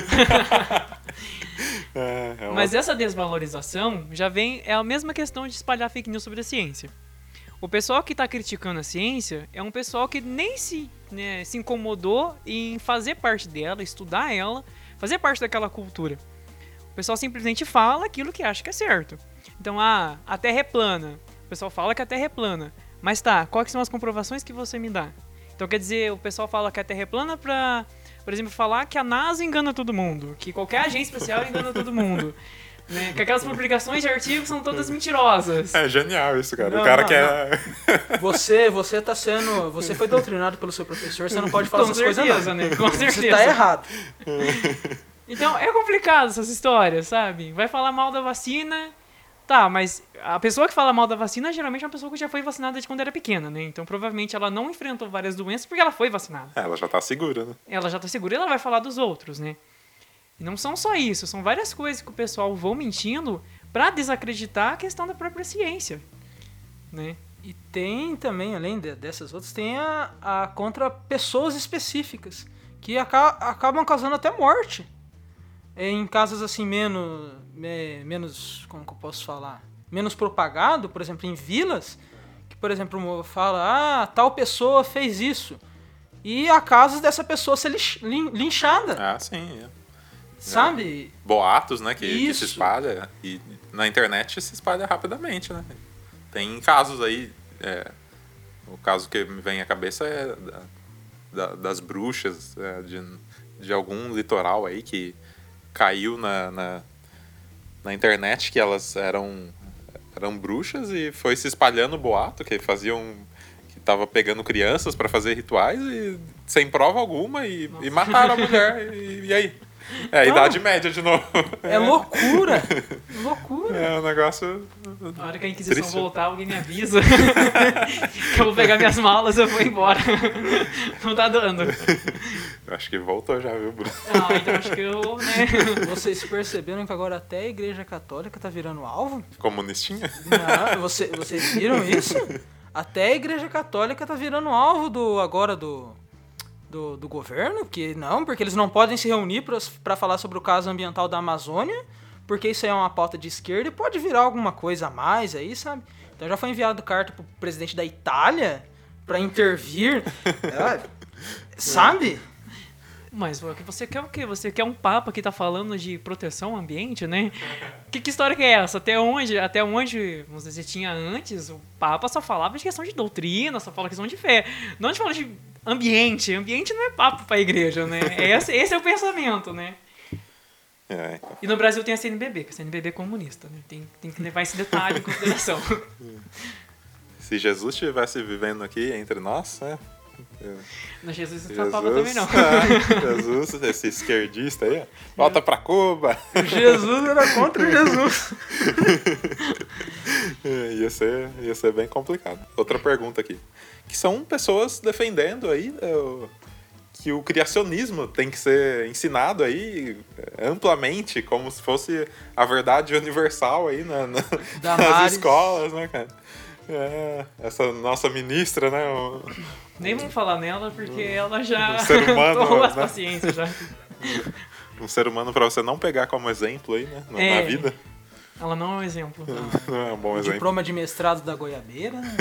Mas essa desvalorização é a mesma questão de espalhar fake news sobre a ciência. O pessoal que está criticando a ciência é um pessoal que nem se incomodou em fazer parte dela, estudar ela, fazer parte daquela cultura. O pessoal simplesmente fala aquilo que acha que é certo. Então, a Terra é plana. O pessoal fala que a Terra é plana. Mas tá, quais são as comprovações que você me dá? Então, quer dizer, o pessoal fala que a Terra é plana pra, por exemplo, falar que a NASA engana todo mundo, que qualquer agência espacial engana todo mundo. Né? Que aquelas publicações de artigos são todas mentirosas. É genial isso, cara. O cara quer... Você foi doutrinado pelo seu professor, você não pode falar essas coisas, não. Né? Com certeza. Você tá errado. Então, é complicado essas histórias, sabe? Vai falar mal da vacina... Tá, mas a pessoa que fala mal da vacina geralmente é uma pessoa que já foi vacinada desde quando era pequena, né? Então, provavelmente, ela não enfrentou várias doenças porque ela foi vacinada. Ela já tá segura, né? Ela já tá segura e ela vai falar dos outros, né? E não são só isso, são várias coisas que o pessoal vão mentindo pra desacreditar a questão da própria ciência, né? E tem também, além dessas outras, tem a contra pessoas específicas, que acabam causando até morte. Em casos assim menos, como que eu posso falar? Menos propagado, por exemplo, em vilas, que, por exemplo, fala, tal pessoa fez isso. E há casos dessa pessoa ser linchada. Ah, sim. Sabe? Boatos, né, que se espalha. E na internet se espalha rapidamente, né? Tem casos aí, o caso que me vem à cabeça é das bruxas de algum litoral aí que caiu na internet que elas eram bruxas e foi se espalhando o boato que que tava pegando crianças pra fazer rituais e sem prova alguma e mataram a mulher. E aí? É a Idade Média de novo. É loucura! Loucura! É um negócio. Na hora que a Inquisição triste. voltar, alguém me avisa que eu vou pegar minhas malas e eu vou embora. Não tá dando. Eu acho que voltou já, viu, Bruno? Não, então acho que eu, né? Vocês perceberam que agora até a Igreja Católica tá virando alvo? Comunistinha? Não, vocês viram isso? Até a Igreja Católica tá virando alvo do governo, porque eles não podem se reunir para falar sobre o caso ambiental da Amazônia, porque isso aí é uma pauta de esquerda e pode virar alguma coisa a mais aí, sabe? Então já foi enviado carta pro presidente da Itália para intervir, sabe? Mas você quer o quê? Você quer um papa que tá falando de proteção ao ambiente, né? Que história que é essa? Até onde, vamos dizer, tinha antes, o papa só falava de questão de doutrina, só falava questão de fé. Não de falar de ambiente. Ambiente não é papo pra igreja, né? Esse é o pensamento, né? Então. E no Brasil tem a CNBB, que a CNBB é comunista, né? Tem que levar esse detalhe em consideração. Se Jesus estivesse vivendo aqui entre nós, Não, Jesus não papa também não. Jesus, esse esquerdista aí, volta pra Cuba. Jesus era contra Jesus. Ia ser bem complicado. Outra pergunta aqui. Que são pessoas defendendo aí que o criacionismo tem que ser ensinado aí amplamente, como se fosse a verdade universal aí nas escolas, né, cara? Essa nossa ministra, né? Nem vamos falar nela, porque ela já ser humano, tomou as né? paciências já. Um ser humano pra você não pegar como exemplo aí, né? Na vida. Ela não é um exemplo. Não é um bom exemplo. Diploma de mestrado da Goiabeira, né?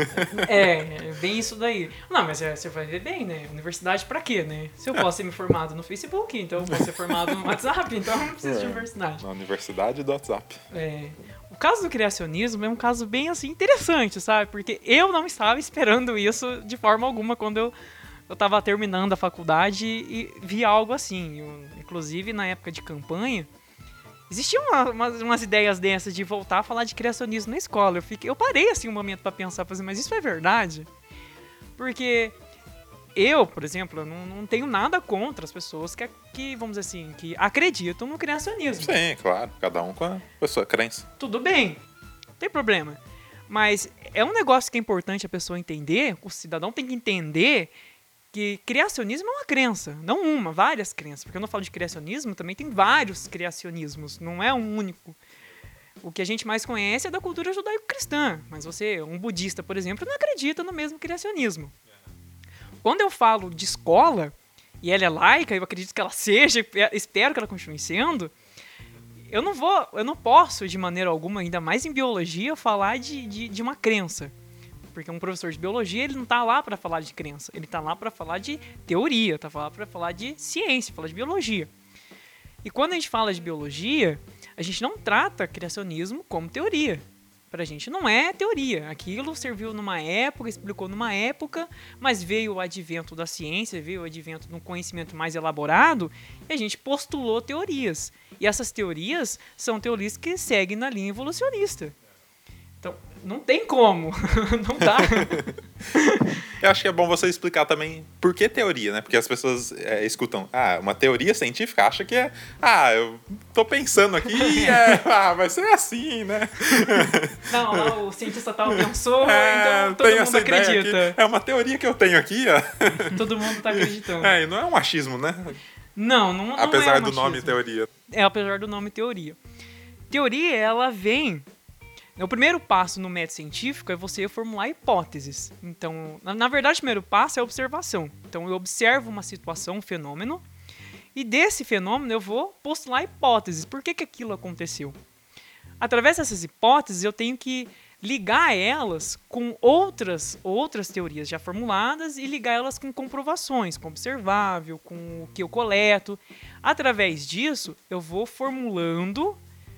É bem isso daí. Não, mas você vai ver bem, né? Universidade pra quê, né? Se eu posso ser me formado no Facebook, então eu posso ser formado no WhatsApp, então eu não preciso de universidade. Na universidade do WhatsApp. O caso do criacionismo é um caso bem, assim, interessante, sabe? Porque eu não estava esperando isso de forma alguma quando eu estava terminando a faculdade e vi algo assim. Inclusive, na época de campanha, existiam umas ideias dessas de voltar a falar de criacionismo na escola. Eu parei, assim, um momento para pensar, mas isso é verdade? Porque eu, por exemplo, eu não tenho nada contra as pessoas que, vamos dizer assim, que acreditam no criacionismo. Sim, claro. Cada um com a sua crença. Tudo bem, não tem problema. Mas é um negócio que é importante a pessoa entender, o cidadão tem que entender que criacionismo é uma crença, não várias crenças. Porque eu não falo de criacionismo, também tem vários criacionismos, não é um único. O que a gente mais conhece é da cultura judaico-cristã, mas um budista, por exemplo, não acredita no mesmo criacionismo. Quando eu falo de escola, e ela é laica, eu acredito que ela seja, espero que ela continue sendo, eu não posso, de maneira alguma, ainda mais em biologia, falar de uma crença. Porque um professor de biologia, ele não está lá para falar de crença, ele está lá para falar de teoria, está lá para falar de ciência, falar de biologia. E quando a gente fala de biologia, a gente não trata criacionismo como teoria. Pra gente não é teoria. Aquilo serviu numa época, explicou numa época, mas veio o advento da ciência, veio o advento de um conhecimento mais elaborado e a gente postulou teorias. E essas teorias são teorias que seguem na linha evolucionista. Então, não tem como. Não dá. Eu acho que é bom você explicar também por que teoria, né? Porque as pessoas escutam, uma teoria científica, acha que eu tô pensando aqui vai ser assim, né? Não, lá o cientista tal pensou, então todo mundo acredita. Aqui. É uma teoria que eu tenho aqui, ó. Todo mundo tá acreditando. E não é um achismo, né? Não apesar é do nome teoria. Apesar do nome teoria. Teoria, ela vem... O primeiro passo no método científico é você formular hipóteses. Então, na verdade, o primeiro passo é a observação. Então, eu observo uma situação, um fenômeno, e desse fenômeno eu vou postular hipóteses. Por que aquilo aconteceu? Através dessas hipóteses, eu tenho que ligar elas com outras teorias já formuladas e ligar elas com comprovações, com observável, com o que eu coleto. Através disso, eu vou formulando...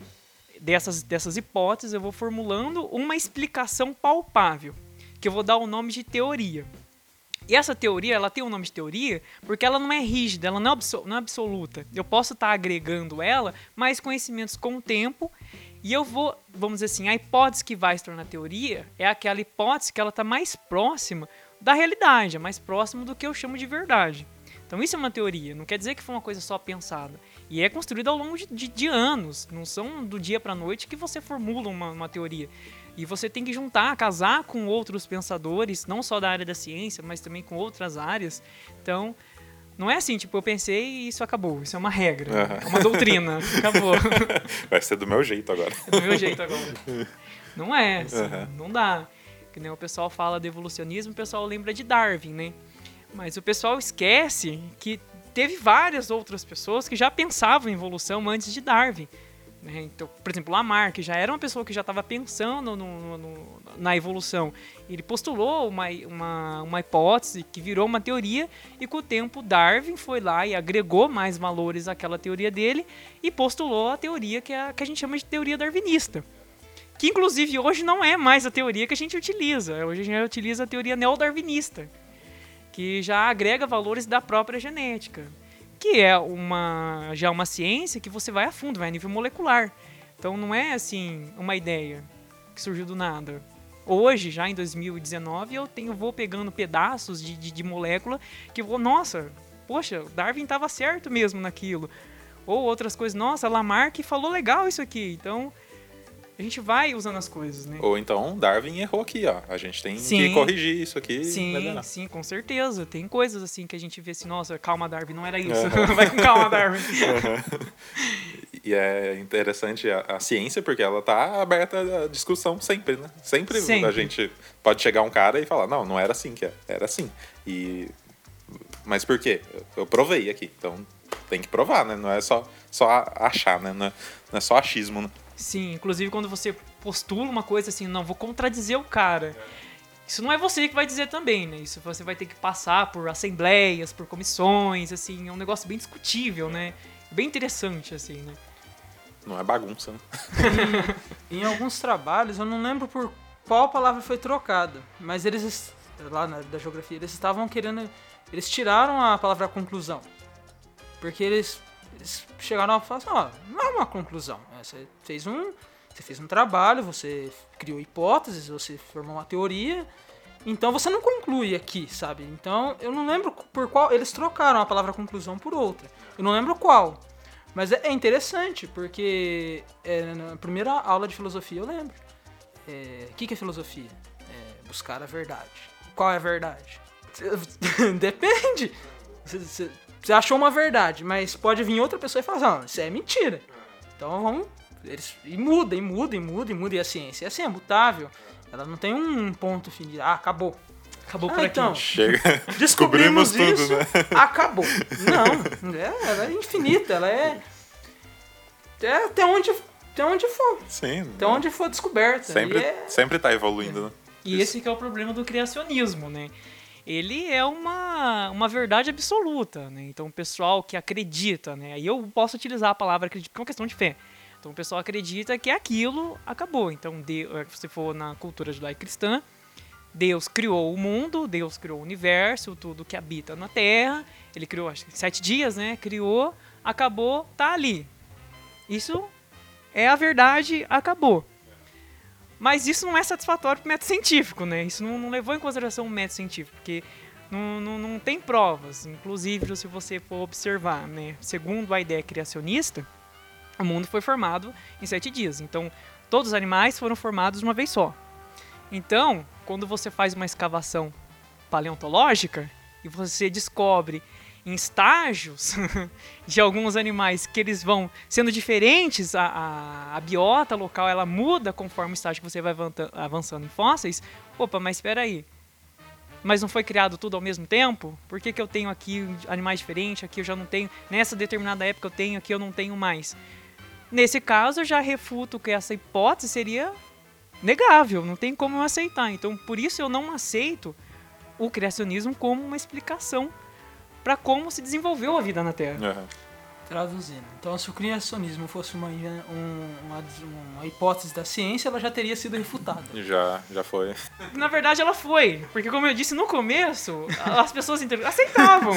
Dessas hipóteses, eu vou formulando uma explicação palpável, que eu vou dar o nome de teoria. E essa teoria, ela tem o nome de teoria porque ela não é rígida, ela não é absoluta. Eu posso estar agregando ela mais conhecimentos com o tempo e eu vou, vamos dizer assim, a hipótese que vai se tornar teoria é aquela hipótese que ela está mais próxima da realidade, é mais próximo do que eu chamo de verdade. Então isso é uma teoria, não quer dizer que foi uma coisa só pensada. E é construída ao longo de anos, não são do dia para a noite que você formula uma teoria. E você tem que juntar, casar com outros pensadores, não só da área da ciência, mas também com outras áreas. Então, não é assim, tipo, eu pensei e isso acabou. Isso é uma regra, é uma doutrina, acabou. Vai ser do meu jeito agora. É do meu jeito agora. Não é, assim, não dá. Que nem o pessoal fala de evolucionismo, o pessoal lembra de Darwin, né? Mas o pessoal esquece que teve várias outras pessoas que já pensavam em evolução antes de Darwin. Né? Então, por exemplo, Lamarck já era uma pessoa que já estava pensando na evolução. Ele postulou uma hipótese que virou uma teoria e com o tempo Darwin foi lá e agregou mais valores àquela teoria dele e postulou a teoria que a gente chama de teoria darwinista. Que inclusive hoje não é mais a teoria que a gente utiliza. Hoje a gente utiliza a teoria neodarwinista, que já agrega valores da própria genética, que é já uma ciência que você vai a fundo, vai a nível molecular. Então não é assim uma ideia que surgiu do nada. Hoje, já em 2019, eu vou pegando pedaços de molécula que vou, nossa, poxa, Darwin estava certo mesmo naquilo. Ou outras coisas, nossa, Lamarck falou legal isso aqui. Então a gente vai usando as coisas, né? Ou então Darwin errou aqui, ó. A gente tem Sim. que corrigir isso aqui. Sim, com certeza. Tem coisas assim que a gente vê assim, nossa, calma, Darwin, não era isso. Vai com calma, Darwin. E é interessante a ciência, porque ela tá aberta à discussão sempre, né? Sempre a gente pode chegar um cara e falar, não era assim que é. Era assim. Mas por quê? Eu provei aqui. Então tem que provar, né? Não é só achar, né? Não é só achismo, né? Sim, inclusive quando você postula uma coisa assim, não, vou contradizer o cara. Isso não é você que vai dizer também, né? Isso você vai ter que passar por assembleias, por comissões, assim, é um negócio bem discutível, né? Bem interessante, assim, né? Não é bagunça, né? Em alguns trabalhos, eu não lembro por qual palavra foi trocada, mas eles, lá na área da geografia, eles estavam querendo... Eles tiraram a palavra conclusão, porque eles chegaram a falar assim, não é uma conclusão. Você fez um trabalho, você criou hipóteses, você formou uma teoria, então você não conclui aqui, sabe? Então, eu não lembro por qual... Eles trocaram a palavra conclusão por outra. Eu não lembro qual. Mas é interessante, porque na primeira aula de filosofia eu lembro. O que é filosofia? É buscar a verdade. Qual é a verdade? Depende. Você achou uma verdade, mas pode vir outra pessoa e falar, isso é mentira. Então vamos... E muda, e a ciência é assim, é mutável. Ela não tem um ponto fim de... acabou. Acabou por aqui. Então, chega. Descobrimos tudo, isso, né? Acabou. Não, ela é infinita, ela é até onde for. Sim. Até onde for descoberta. Sempre tá evoluindo, né? E esse que é o problema do criacionismo, né? Ele é uma verdade absoluta, né? Então o pessoal que acredita, né? Aí eu posso utilizar a palavra acredito porque é uma questão de fé. Então o pessoal acredita que aquilo acabou. Então, se for na cultura judaico-cristã, Deus criou o mundo, Deus criou o universo, tudo que habita na Terra. Ele criou, acho que 7 dias, né? Criou, acabou, tá ali. Isso é a verdade, acabou. Mas isso não é satisfatório para o método científico, né? Isso não levou em consideração o método científico, porque não tem provas. Inclusive, se você for observar, né? Segundo a ideia criacionista, o mundo foi formado em 7 dias. Então, todos os animais foram formados de uma vez só. Então, quando você faz uma escavação paleontológica e você descobre em estágios de alguns animais que eles vão sendo diferentes, a biota local ela muda conforme o estágio que você vai avançando em fósseis. Opa, mas espera aí. Mas não foi criado tudo ao mesmo tempo? Por que eu tenho aqui animais diferentes, aqui eu já não tenho, nessa determinada época eu tenho, aqui eu não tenho mais? Nesse caso, eu já refuto que essa hipótese seria negável, não tem como eu aceitar. Então, por isso eu não aceito o criacionismo como uma explicação para como se desenvolveu a vida na Terra. Uhum. Traduzindo. Então, se o criacionismo fosse uma hipótese da ciência, ela já teria sido refutada. Já foi. Na verdade, ela foi. Porque, como eu disse no começo, as pessoas aceitavam.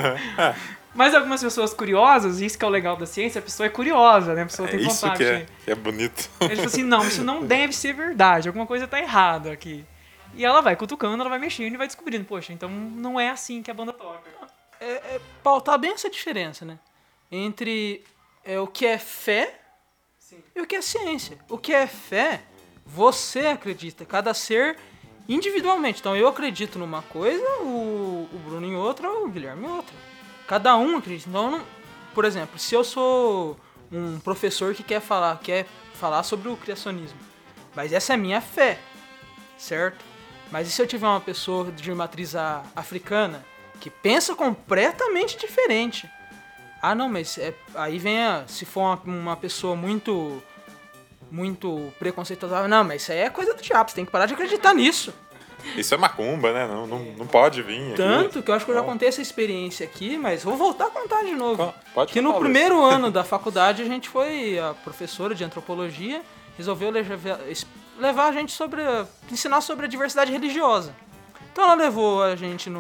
Mas algumas pessoas curiosas, isso que é o legal da ciência, a pessoa é curiosa, né? A pessoa tem vontade. Isso que é bonito. Ele falou assim, não, isso não deve ser verdade, alguma coisa está errada aqui. E ela vai cutucando, ela vai mexendo e vai descobrindo, poxa, então não é assim que a banda toca. Pautar bem essa diferença, né? Entre o que é fé e o que é ciência. O que é fé, você acredita, cada ser individualmente. Então eu acredito numa coisa, o Bruno em outra, o Guilherme em outra. Cada um acredita. Então, por exemplo, se eu sou um professor que quer falar sobre o criacionismo, mas essa é a minha fé, certo? Mas e se eu tiver uma pessoa de matriz africana que pensa completamente diferente? Ah, não, mas aí vem se for uma pessoa muito preconceituosa, não, mas isso aí é coisa do diabo, você tem que parar de acreditar nisso. Isso é macumba, né? Não pode vir aqui. Tanto que eu acho que eu já contei essa experiência aqui, mas vou voltar a contar de novo. Pode que no contar, primeiro ano da faculdade a professora de antropologia resolveu levar a gente ensinar sobre a diversidade religiosa. Então ela levou a gente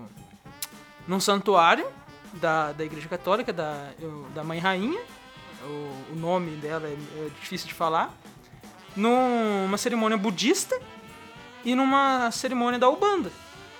num santuário da Igreja Católica, da Mãe Rainha, o nome dela é difícil de falar, numa cerimônia budista e numa cerimônia da Umbanda.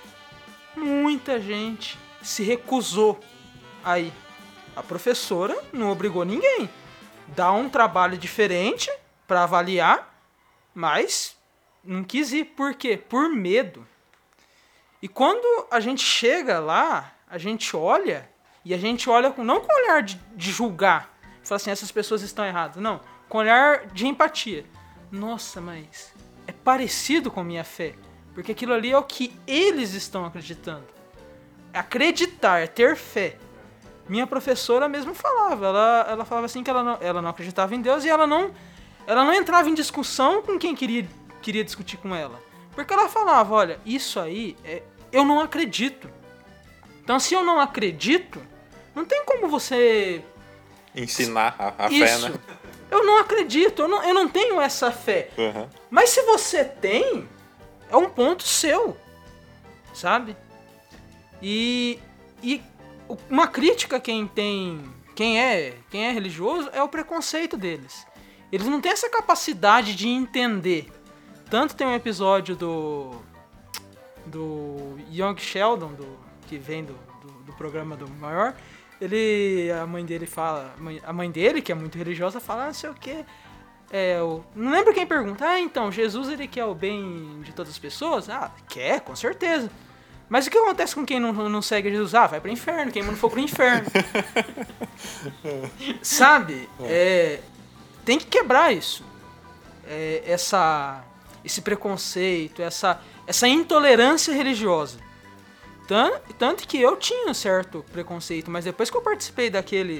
Muita gente se recusou a ir. A professora não obrigou ninguém. Dá um trabalho diferente para avaliar, mas não quis ir. Por quê? Por medo. E quando a gente chega lá, a gente olha, e a gente olha não com olhar de julgar, fala assim, essas pessoas estão erradas. Não, com olhar de empatia. Nossa, mas é parecido com minha fé, porque aquilo ali é o que eles estão acreditando. Acreditar, é ter fé. Minha professora mesmo falava, ela falava assim que ela não acreditava em Deus e ela não entrava em discussão com quem queria discutir com ela. Porque ela falava, olha, isso aí, eu não acredito. Então se eu não acredito, não tem como você ensinar a isso. fé, né? Eu não acredito, eu não tenho essa fé. Uhum. Mas se você tem, é um ponto seu, sabe? E uma crítica quem é religioso é o preconceito deles. Eles não têm essa capacidade de entender. Tanto tem um episódio do Young Sheldon, que vem do programa do Maior. A mãe dele, que é muito religiosa, fala, não sei o que. Não lembro quem pergunta, então, Jesus ele quer o bem de todas as pessoas? Ah, quer, com certeza. Mas o que acontece com quem não segue Jesus? Ah, vai pro inferno, quem não for pro inferno. Sabe? Tem que quebrar isso. Esse preconceito, essa intolerância religiosa. Tanto que eu tinha um certo preconceito, mas depois que eu participei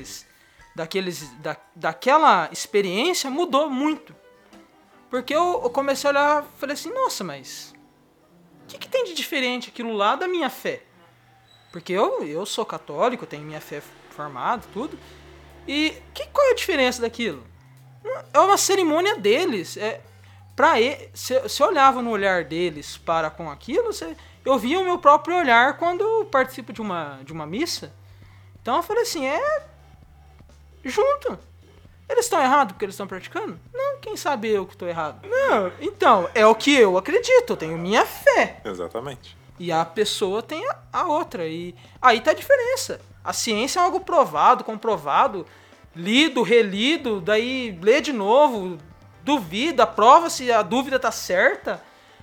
daquela experiência, mudou muito. Porque eu comecei a olhar e falei assim, nossa, mas o que tem de diferente aquilo lá da minha fé? Porque eu sou católico, tenho minha fé formada, tudo. E qual é a diferença daquilo? É uma cerimônia deles. Se eu olhava no olhar deles para com aquilo, eu via o meu próprio olhar quando eu participo de uma missa. Então eu falei assim, junto. Eles estão errados porque eles estão praticando? Não, quem sabe eu que estou errado. Não, então, é o que eu acredito, eu tenho minha fé. Exatamente. E a pessoa tem a outra. E aí tá a diferença. A ciência é algo provado, comprovado, lido, relido, daí lê de novo, duvida, prova se a dúvida tá certa.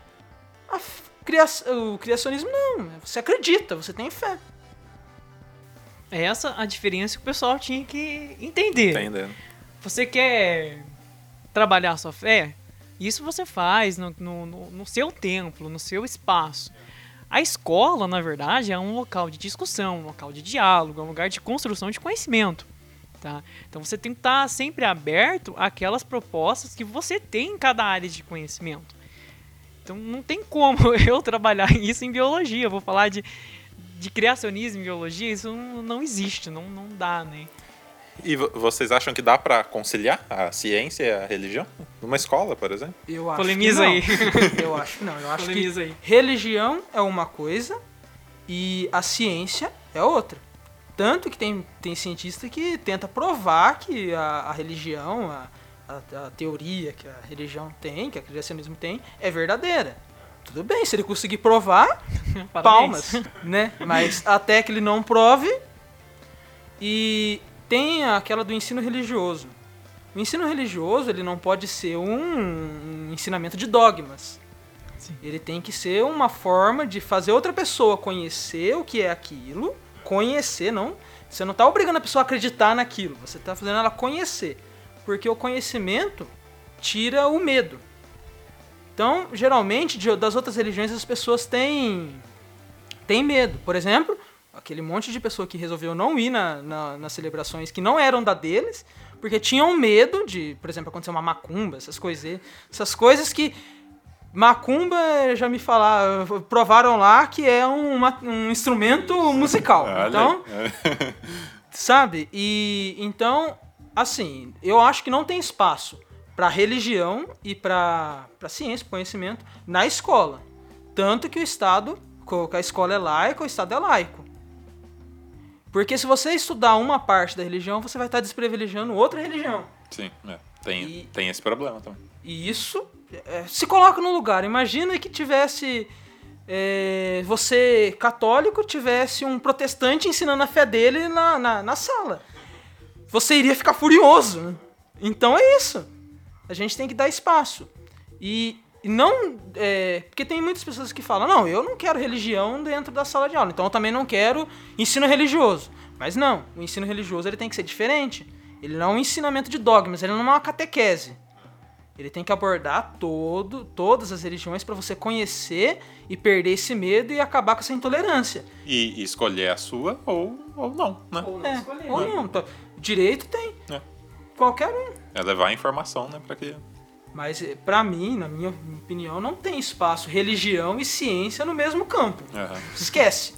O criacionismo não, você acredita, você tem fé. É essa a diferença que o pessoal tinha que entender. Entendendo. Você quer trabalhar a sua fé? Isso você faz no seu templo, no seu espaço. A escola, na verdade, é um local de discussão, um local de diálogo, é um lugar de construção de conhecimento. Tá? Então você tem que estar sempre aberto àquelas propostas que você tem em cada área de conhecimento. Então não tem como eu trabalhar isso em biologia. Eu vou falar de criacionismo em biologia, isso não existe, não dá, né? E vocês acham que dá pra conciliar a ciência e a religião? Numa escola, por exemplo? Eu acho Polemiza que não. aí. Eu acho que não. Eu acho Polemiza que aí. religião é uma coisa e a ciência é outra. Tanto que tem cientista que tenta provar que a religião, a teoria que a religião tem, que o criacionismo tem, é verdadeira. tudo bem, se ele conseguir provar, Parabéns. palmas, né? Mas até que ele não prove. E tem aquela do ensino religioso. O ensino religioso, ele não pode ser um ensinamento de dogmas. Sim. Ele tem que ser uma forma de fazer outra pessoa conhecer o que é aquilo. Conhecer, não. Você não está obrigando a pessoa a acreditar naquilo. Você está fazendo ela conhecer. Porque o conhecimento tira o medo. Então, geralmente, das outras religiões, as pessoas têm medo. Por exemplo, aquele monte de pessoa que resolveu não ir nas celebrações que não eram da deles, porque tinham medo de, por exemplo, acontecer uma macumba, essas coisas que macumba, já me falaram, provaram lá que é um instrumento musical. Então, sabe? E então, assim, eu acho que não tem espaço para religião e para ciência, conhecimento na escola. Tanto que que a escola é laica, o Estado é laico. Porque se você estudar uma parte da religião, você vai estar desprivilegiando outra religião. Sim, tem esse problema também. E isso se coloca no lugar. Imagina que tivesse você católico, tivesse um protestante ensinando a fé dele na sala. Você iria ficar furioso. Então é isso. A gente tem que dar espaço. E não... porque tem muitas pessoas que falam, não, eu não quero religião dentro da sala de aula, então eu também não quero ensino religioso. Mas não, o ensino religioso ele tem que ser diferente. Ele não é um ensinamento de dogmas, ele não é uma catequese. Ele tem que abordar todas as religiões para você conhecer e perder esse medo e acabar com essa intolerância. E escolher a sua ou não, né? Ou não escolher. Ou não. Direito tem. Qualquer um. É levar a informação, né, para que... Mas, pra mim, na minha opinião, não tem espaço religião e ciência no mesmo campo. Uhum. Esquece.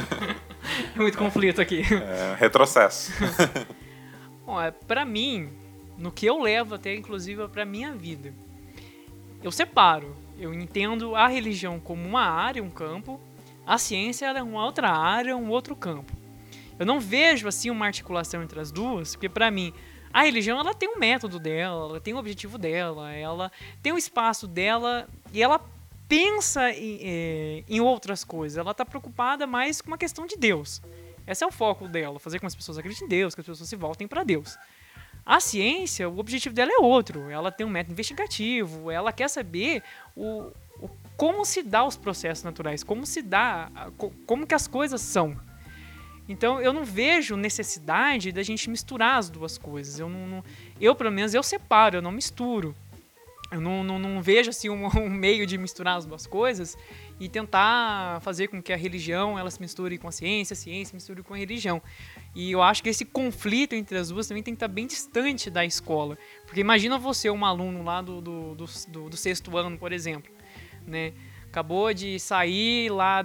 É muito conflito aqui. Retrocesso. Bom, pra mim, no que eu levo até, inclusive, pra minha vida, eu separo. Eu entendo a religião como uma área, um campo. A ciência ela é uma outra área, um outro campo. Eu não vejo, assim, uma articulação entre as duas, porque, pra mim, a religião ela tem um método dela, ela tem um objetivo dela, ela tem um espaço dela e ela pensa em outras coisas. Ela está preocupada mais com uma questão de Deus. Esse é o foco dela, fazer com que as pessoas acreditem em Deus, que as pessoas se voltem para Deus. A ciência, o objetivo dela é outro. Ela tem um método investigativo, ela quer saber como se dá os processos naturais, como que as coisas são. Então, eu não vejo necessidade da gente misturar as duas coisas. Eu pelo menos, eu separo, eu não misturo. Eu não vejo assim, um meio de misturar as duas coisas e tentar fazer com que a religião ela se misture com a ciência misture com a religião. E eu acho que esse conflito entre as duas também tem que estar bem distante da escola. Porque imagina você, um aluno lá do 6º ano, por exemplo, né? Acabou de sair lá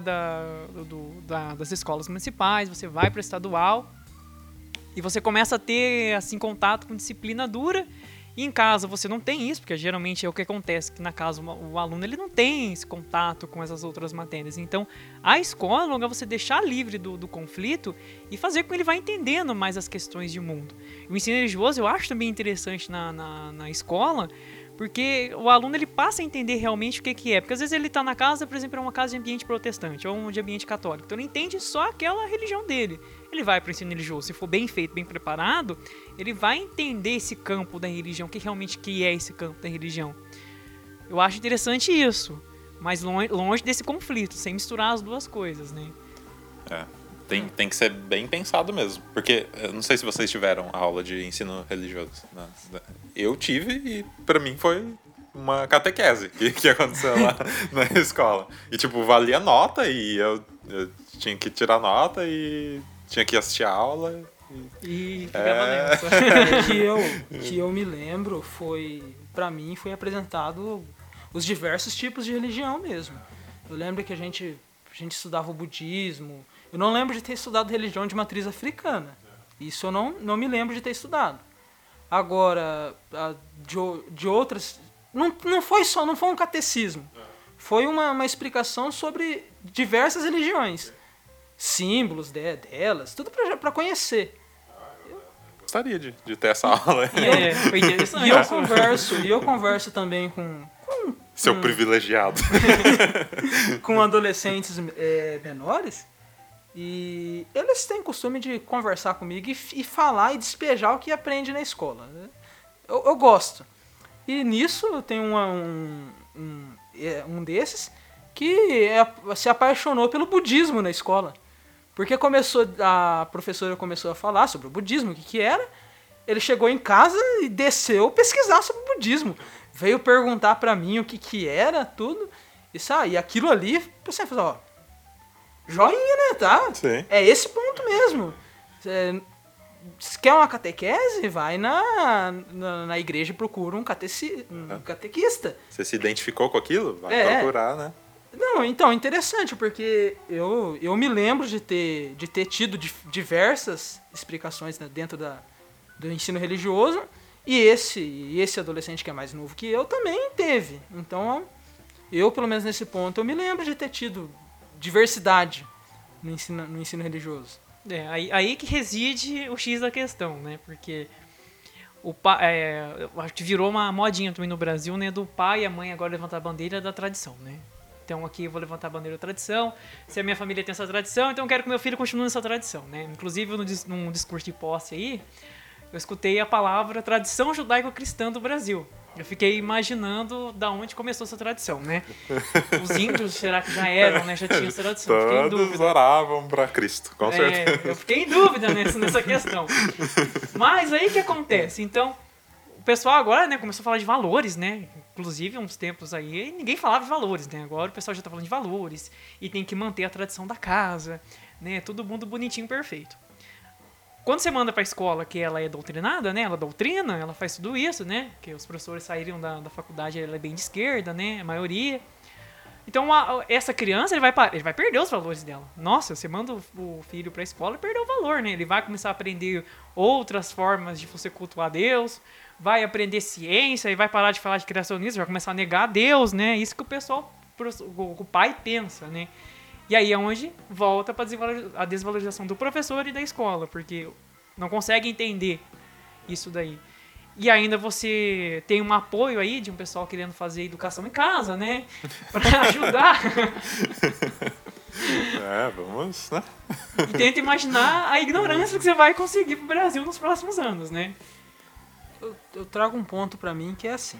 das escolas municipais, você vai para a estadual e você começa a ter assim, contato com disciplina dura. E em casa você não tem isso, porque geralmente é o que acontece, que na casa o aluno ele não tem esse contato com essas outras matérias. Então, a escola é você deixar livre do conflito e fazer com que ele vá entendendo mais as questões de mundo. O ensino religioso eu acho também interessante na escola, porque o aluno ele passa a entender realmente o que é. Porque às vezes ele está na casa, por exemplo, é uma casa de ambiente protestante ou de ambiente católico. Então ele entende só aquela religião dele. Ele vai para o ensino religioso, se for bem feito, bem preparado, ele vai entender esse campo da religião, o que realmente é esse campo da religião. Eu acho interessante isso, mas longe desse conflito, sem misturar as duas coisas, né? Tem que ser bem pensado mesmo. Porque, eu não sei se vocês tiveram aula de ensino religioso. Eu tive e pra mim foi uma catequese que aconteceu lá na escola. E tipo, valia nota e eu tinha que tirar nota e tinha que assistir a aula. E ficava nessa. que eu me lembro pra mim foi apresentado os diversos tipos de religião mesmo. Eu lembro que a gente estudava o budismo. Eu não lembro de ter estudado religião de matriz africana. Isso eu não me lembro de ter estudado. Agora, de outras... Não foi um catecismo. Foi uma explicação sobre diversas religiões. Símbolos delas, tudo para conhecer. Gostaria de ter essa aula. Foi interessante. E eu converso também com Seu privilegiado. com adolescentes menores, e eles têm costume de conversar comigo e falar e despejar o que aprende na escola. Eu gosto. E nisso tem um desses que se apaixonou pelo budismo na escola. Porque a professora começou a falar sobre o budismo, o que era. Ele chegou em casa e desceu pesquisar sobre o budismo. Veio perguntar pra mim o que era, tudo. E aquilo ali, você falou, ó, joinha, né, tá? Sim. É esse ponto mesmo. Se quer uma catequese, vai na igreja e procura um catequista. Você se identificou com aquilo? Vai procurar, né? Não, então, interessante, porque eu me lembro de ter tido diversas explicações, né, dentro do ensino religioso, e esse adolescente que é mais novo que eu também teve. Então, eu, pelo menos nesse ponto, eu me lembro de ter tido diversidade no ensino religioso. Aí que reside o X da questão, né? Porque eu acho que virou uma modinha também no Brasil, né? Do pai e a mãe agora levantar a bandeira da tradição, né? Então aqui eu vou levantar a bandeira da tradição. Se a minha família tem essa tradição, então eu quero que meu filho continue nessa tradição, né? Inclusive, num discurso de posse aí, eu escutei a palavra tradição judaico-cristã do Brasil. Eu fiquei imaginando da onde começou essa tradição, né? Os índios, será que já eram, né? Já tinham essa tradição. Fiquei em dúvida. Todos oravam para Cristo, com certeza. Eu fiquei em dúvida nessa questão. Mas aí o que acontece? Então, o pessoal agora, né, começou a falar de valores, né? Inclusive, uns tempos aí, ninguém falava de valores, né? Agora o pessoal já tá falando de valores e tem que manter a tradição da casa, né? Todo mundo bonitinho, perfeito. Quando você manda pra escola que ela é doutrinada, né? Ela doutrina, ela faz tudo isso, né? Que os professores saíram da faculdade, ela é bem de esquerda, né? A maioria. Então, essa criança, ele vai perder os valores dela. Nossa, você manda o filho pra escola e perdeu o valor, né? Ele vai começar a aprender outras formas de você cultuar Deus, vai aprender ciência e vai parar de falar de criacionismo, vai começar a negar Deus, né? Isso que o pai pensa, né? E aí é onde volta para a desvalorização do professor e da escola, porque não consegue entender isso daí. E ainda você tem um apoio aí de um pessoal querendo fazer educação em casa, né? Para ajudar. Vamos, né? E tenta imaginar a ignorância que você vai conseguir pro Brasil nos próximos anos, né? Eu trago um ponto para mim que é assim.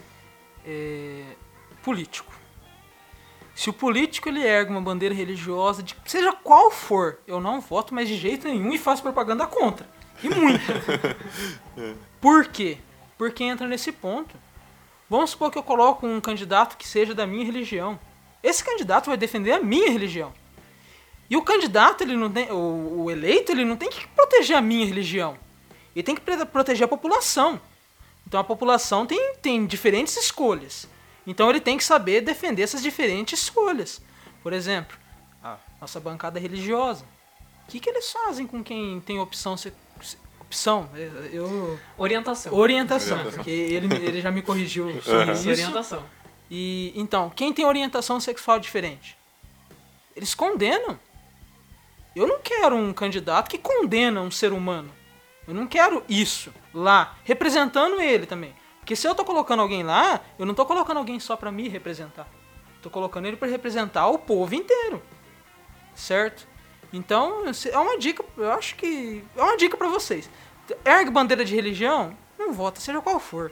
Político. Se o político ele ergue uma bandeira religiosa, seja qual for, eu não voto mais de jeito nenhum e faço propaganda contra. E muito. Por quê? Porque entra nesse ponto. Vamos supor que eu coloco um candidato que seja da minha religião. Esse candidato vai defender a minha religião. E o candidato, ele não tem, o eleito, ele não tem que proteger a minha religião. Ele tem que proteger a população. Então a população tem diferentes escolhas. Então ele tem que saber defender essas diferentes escolhas. Por exemplo, a nossa bancada religiosa. O que eles fazem com quem tem opção? Orientação. Porque ele já me corrigiu sobre isso. Orientação. E, então, quem tem orientação sexual diferente? Eles condenam. Eu não quero um candidato que condena um ser humano. Eu não quero isso lá, representando ele também. Porque se eu tô colocando alguém lá, eu não tô colocando alguém só pra me representar. Tô colocando ele pra representar o povo inteiro. Certo? Então, é uma dica, eu acho que é uma dica pra vocês. Ergue bandeira de religião, não vota, seja qual for.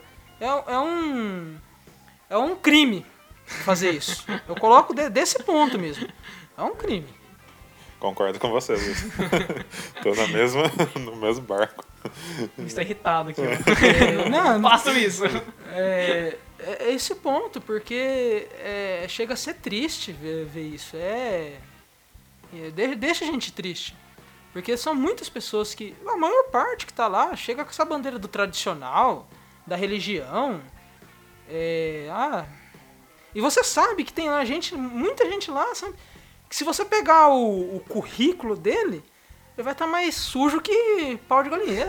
É um crime fazer isso. Eu coloco desse ponto mesmo. É um crime. Concordo com você, Luiz. Tô no mesmo barco. Está irritado aqui. Não faço isso. É esse ponto, porque chega a ser triste ver isso. Deixa a gente triste. Porque são muitas pessoas que, a maior parte que tá lá, chega com essa bandeira do tradicional, da religião. E você sabe que tem lá muita gente lá, sabe? Que se você pegar o currículo dele, ele vai estar mais sujo que pau de galinheiro.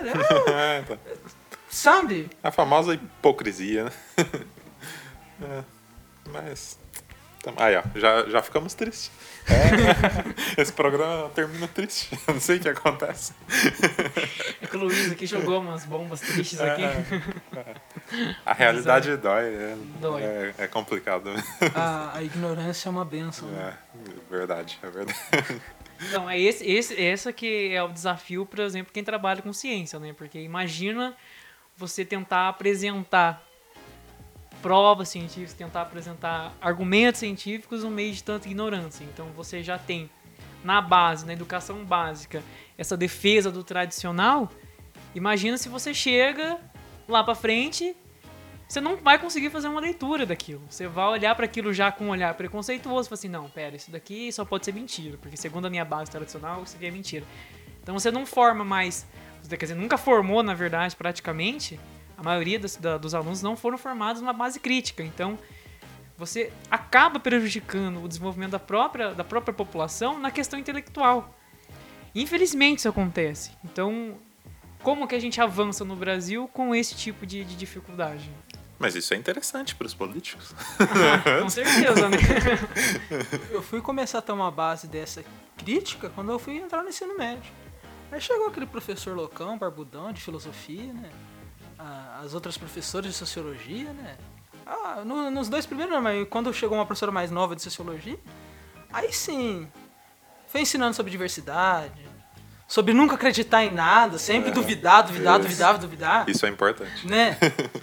Sabe? A famosa hipocrisia, né? Mas... Aí, ó, já ficamos tristes. Esse programa termina triste. Eu não sei o que acontece. É que o Luiz aqui jogou umas bombas tristes aqui. A realidade dói, Dói. É complicado. A ignorância é uma benção. Né? Verdade, é verdade. Então, esse que é o desafio, por exemplo, quem trabalha com ciência, né? Porque imagina você tentar apresentar provas científicas, tentar apresentar argumentos científicos no meio de tanta ignorância. Então, você já tem na base, na educação básica, essa defesa do tradicional. Imagina se você chega lá pra frente, você não vai conseguir fazer uma leitura daquilo. Você vai olhar para aquilo já com um olhar preconceituoso e falar assim, não, pera, isso daqui só pode ser mentira, porque segundo a minha base tradicional, isso aqui é mentira. Então você não forma mais, quer dizer, nunca formou, na verdade, praticamente, a maioria dos alunos não foram formados numa base crítica. Então você acaba prejudicando o desenvolvimento da própria população na questão intelectual. Infelizmente isso acontece. Então, como que a gente avança no Brasil com esse tipo de dificuldade? Mas isso é interessante para os políticos. Com certeza, né? Eu fui começar a ter uma base dessa crítica quando eu fui entrar no ensino médio. Aí chegou aquele professor loucão, barbudão, de filosofia, né? As outras professoras de sociologia, né? Nos dois primeiros não, mas quando chegou uma professora mais nova de sociologia, aí sim, foi ensinando sobre diversidade, sobre nunca acreditar em nada, sempre duvidar. Isso é importante. Né?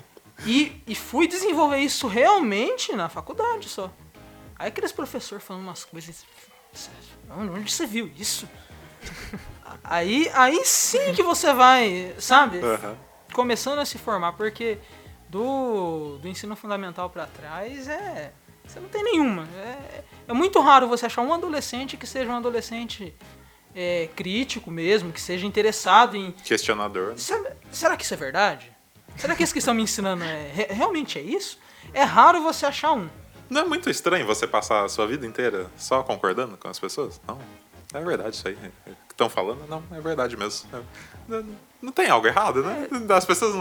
E fui desenvolver isso realmente na faculdade só. Aí aqueles professores falando umas coisas... Onde você viu isso? Aí sim que você vai, sabe? Começando a se formar, porque do ensino fundamental pra trás você não tem nenhuma. É muito raro você achar um adolescente que seja um adolescente crítico mesmo, que seja interessado em... Questionador. Será que isso é verdade? Será que isso que estão me ensinando realmente é isso? É raro você achar um. Não é muito estranho você passar a sua vida inteira só concordando com as pessoas? Não, é verdade isso aí. O que estão falando, não, é verdade mesmo. Não tem algo errado, né? As pessoas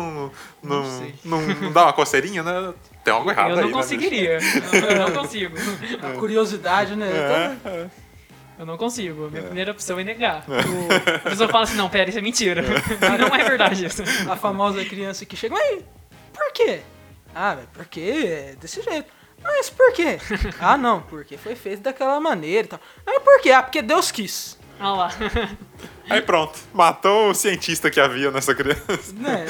não dão uma coceirinha, né? Tem algo errado aí. Eu não conseguiria. Eu não consigo. A curiosidade, né? Eu não consigo. Minha primeira opção é negar. A pessoa fala assim, não, pera, isso é mentira. Não é verdade isso. A famosa criança que chega, mas por quê? Porque é desse jeito. Mas por quê? Não, porque foi feito daquela maneira e tal. Mas por quê? Porque Deus quis. Olha lá. Aí pronto, matou o cientista que havia nessa criança. Né?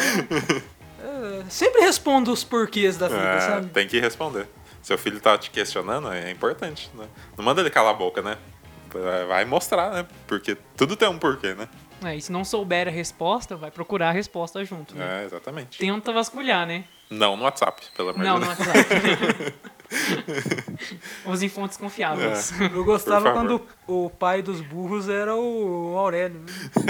Sempre respondo os porquês da vida, sabe? Tem que responder. Seu filho tá te questionando, é importante, né? Não manda ele calar a boca, né? Vai mostrar, né? Porque tudo tem um porquê, né? E se não souber a resposta, vai procurar a resposta junto, né? Exatamente. Tenta vasculhar, né? Não no WhatsApp, pelo amor de Deus. Não no WhatsApp. Usem fontes confiáveis. Eu gostava quando o pai dos burros era o Aurélio.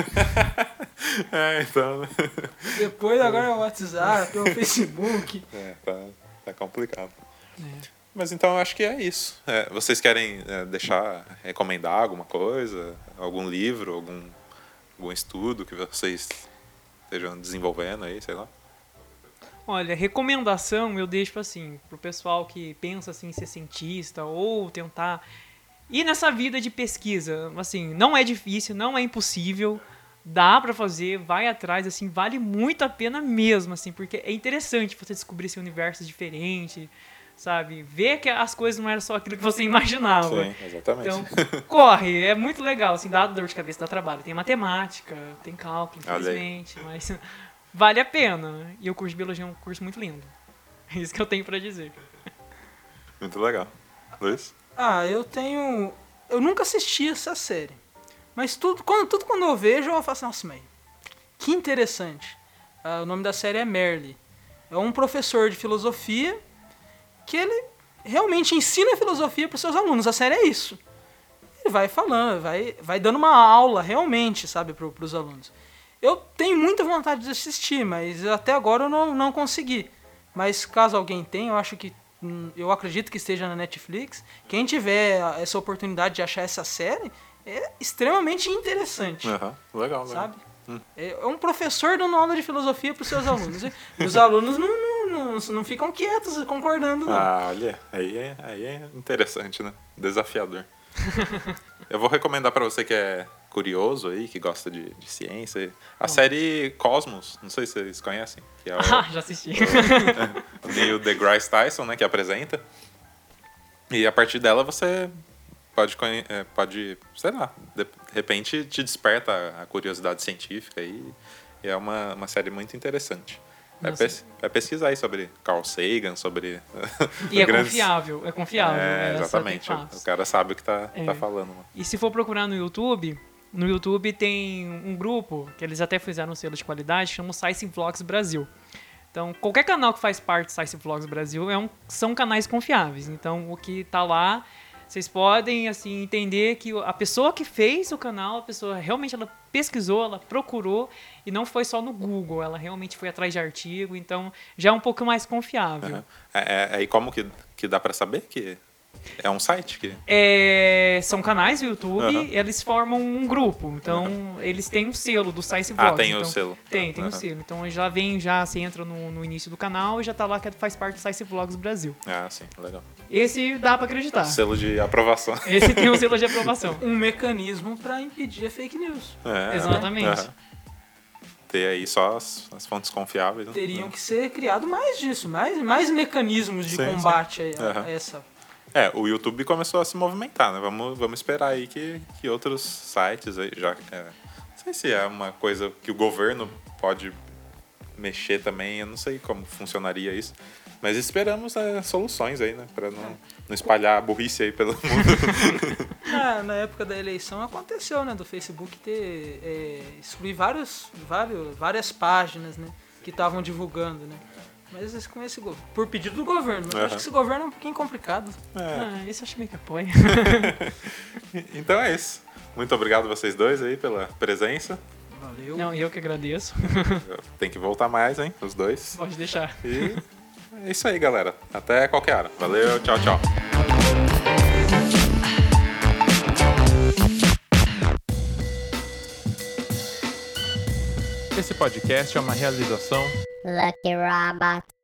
Então... Depois agora é o WhatsApp, é o Facebook. Tá complicado. Mas então eu acho que é isso. Vocês querem recomendar alguma coisa? Algum livro? Algum estudo que vocês estejam desenvolvendo aí, sei lá? Olha, recomendação eu deixo assim, pro pessoal que pensa assim, em ser cientista ou tentar ir nessa vida de pesquisa. Assim, não é difícil, não é impossível, dá pra fazer, vai atrás, assim, vale muito a pena mesmo, assim, porque é interessante você descobrir esse universo diferente, sabe? Ver que as coisas não eram só aquilo que você imaginava. Sim, exatamente. Então, corre, é muito legal, assim, dá dor de cabeça, dá trabalho. Tem matemática, tem cálculo, infelizmente, mas... Vale a pena. E o curso de Biologia é um curso muito lindo. É isso que eu tenho pra dizer. Muito legal. Luiz? Eu nunca assisti essa série. Mas quando eu vejo, eu faço, nossa, mãe, que interessante. O nome da série é Merle. É um professor de filosofia que ele realmente ensina filosofia para os seus alunos. A série é isso. Ele vai falando, vai dando uma aula realmente, sabe, para os alunos. Eu tenho muita vontade de assistir, mas até agora eu não consegui. Mas caso alguém tenha, eu acredito que esteja na Netflix. Quem tiver essa oportunidade de achar essa série, é extremamente interessante. Legal, sabe? É um professor dando aula de filosofia para os seus alunos. E os alunos não ficam quietos, concordando, não. Olha, aí é interessante, né? Desafiador. Eu vou recomendar para você que é curioso aí, que gosta de ciência. A série Cosmos, não sei se vocês conhecem. Que é Já assisti. o Neil deGrasse Tyson, né, que apresenta. E a partir dela você pode, sei lá, de repente te desperta a curiosidade científica e é uma série muito interessante. Vai pesquisar aí sobre Carl Sagan, sobre... E é confiável. Exatamente. O cara sabe o que tá falando. E se for procurar no YouTube tem um grupo, que eles até fizeram um selo de qualidade, que chama o Science Vlogs Brasil. Então, qualquer canal que faz parte do Science Vlogs Brasil são canais confiáveis. Então, o que tá lá, vocês podem assim, entender que a pessoa que fez o canal, a pessoa realmente ela pesquisou, ela procurou, e não foi só no Google, ela realmente foi atrás de artigo, então já é um pouco mais confiável. Uhum. E como que dá para saber que é um site? São canais do YouTube, eles formam um grupo, então eles têm um selo do Science Vlogs. Tem então, o selo. Tem o selo. Então você entra no início do canal e já tá lá que faz parte do Science Vlogs Brasil. Sim, legal. Esse dá pra acreditar. Selo de aprovação. Esse tem um selo de aprovação. Um mecanismo pra impedir a fake news. Exatamente. Ter aí só as fontes confiáveis. Né? Teriam que ser criado mais disso, mais mecanismos de combate a essa... O YouTube começou a se movimentar, né? Vamos esperar aí que outros sites aí já... não sei se é uma coisa que o governo pode mexer também, eu não sei como funcionaria isso. Mas esperamos soluções aí, né? Pra não espalhar a burrice aí pelo mundo. Na época da eleição aconteceu, né? Do Facebook excluir várias páginas, né? Que estavam divulgando, né? Mas por pedido do governo. Eu acho que esse governo é um pouquinho complicado. Isso eu acho meio que apoio. Então é isso. Muito obrigado vocês dois aí pela presença. Valeu. Não, eu que agradeço. Tem que voltar mais, hein? Os dois. Pode deixar. E é isso aí, galera. Até qualquer hora. Valeu, tchau, tchau. Esse podcast é uma realização Lucky Robot.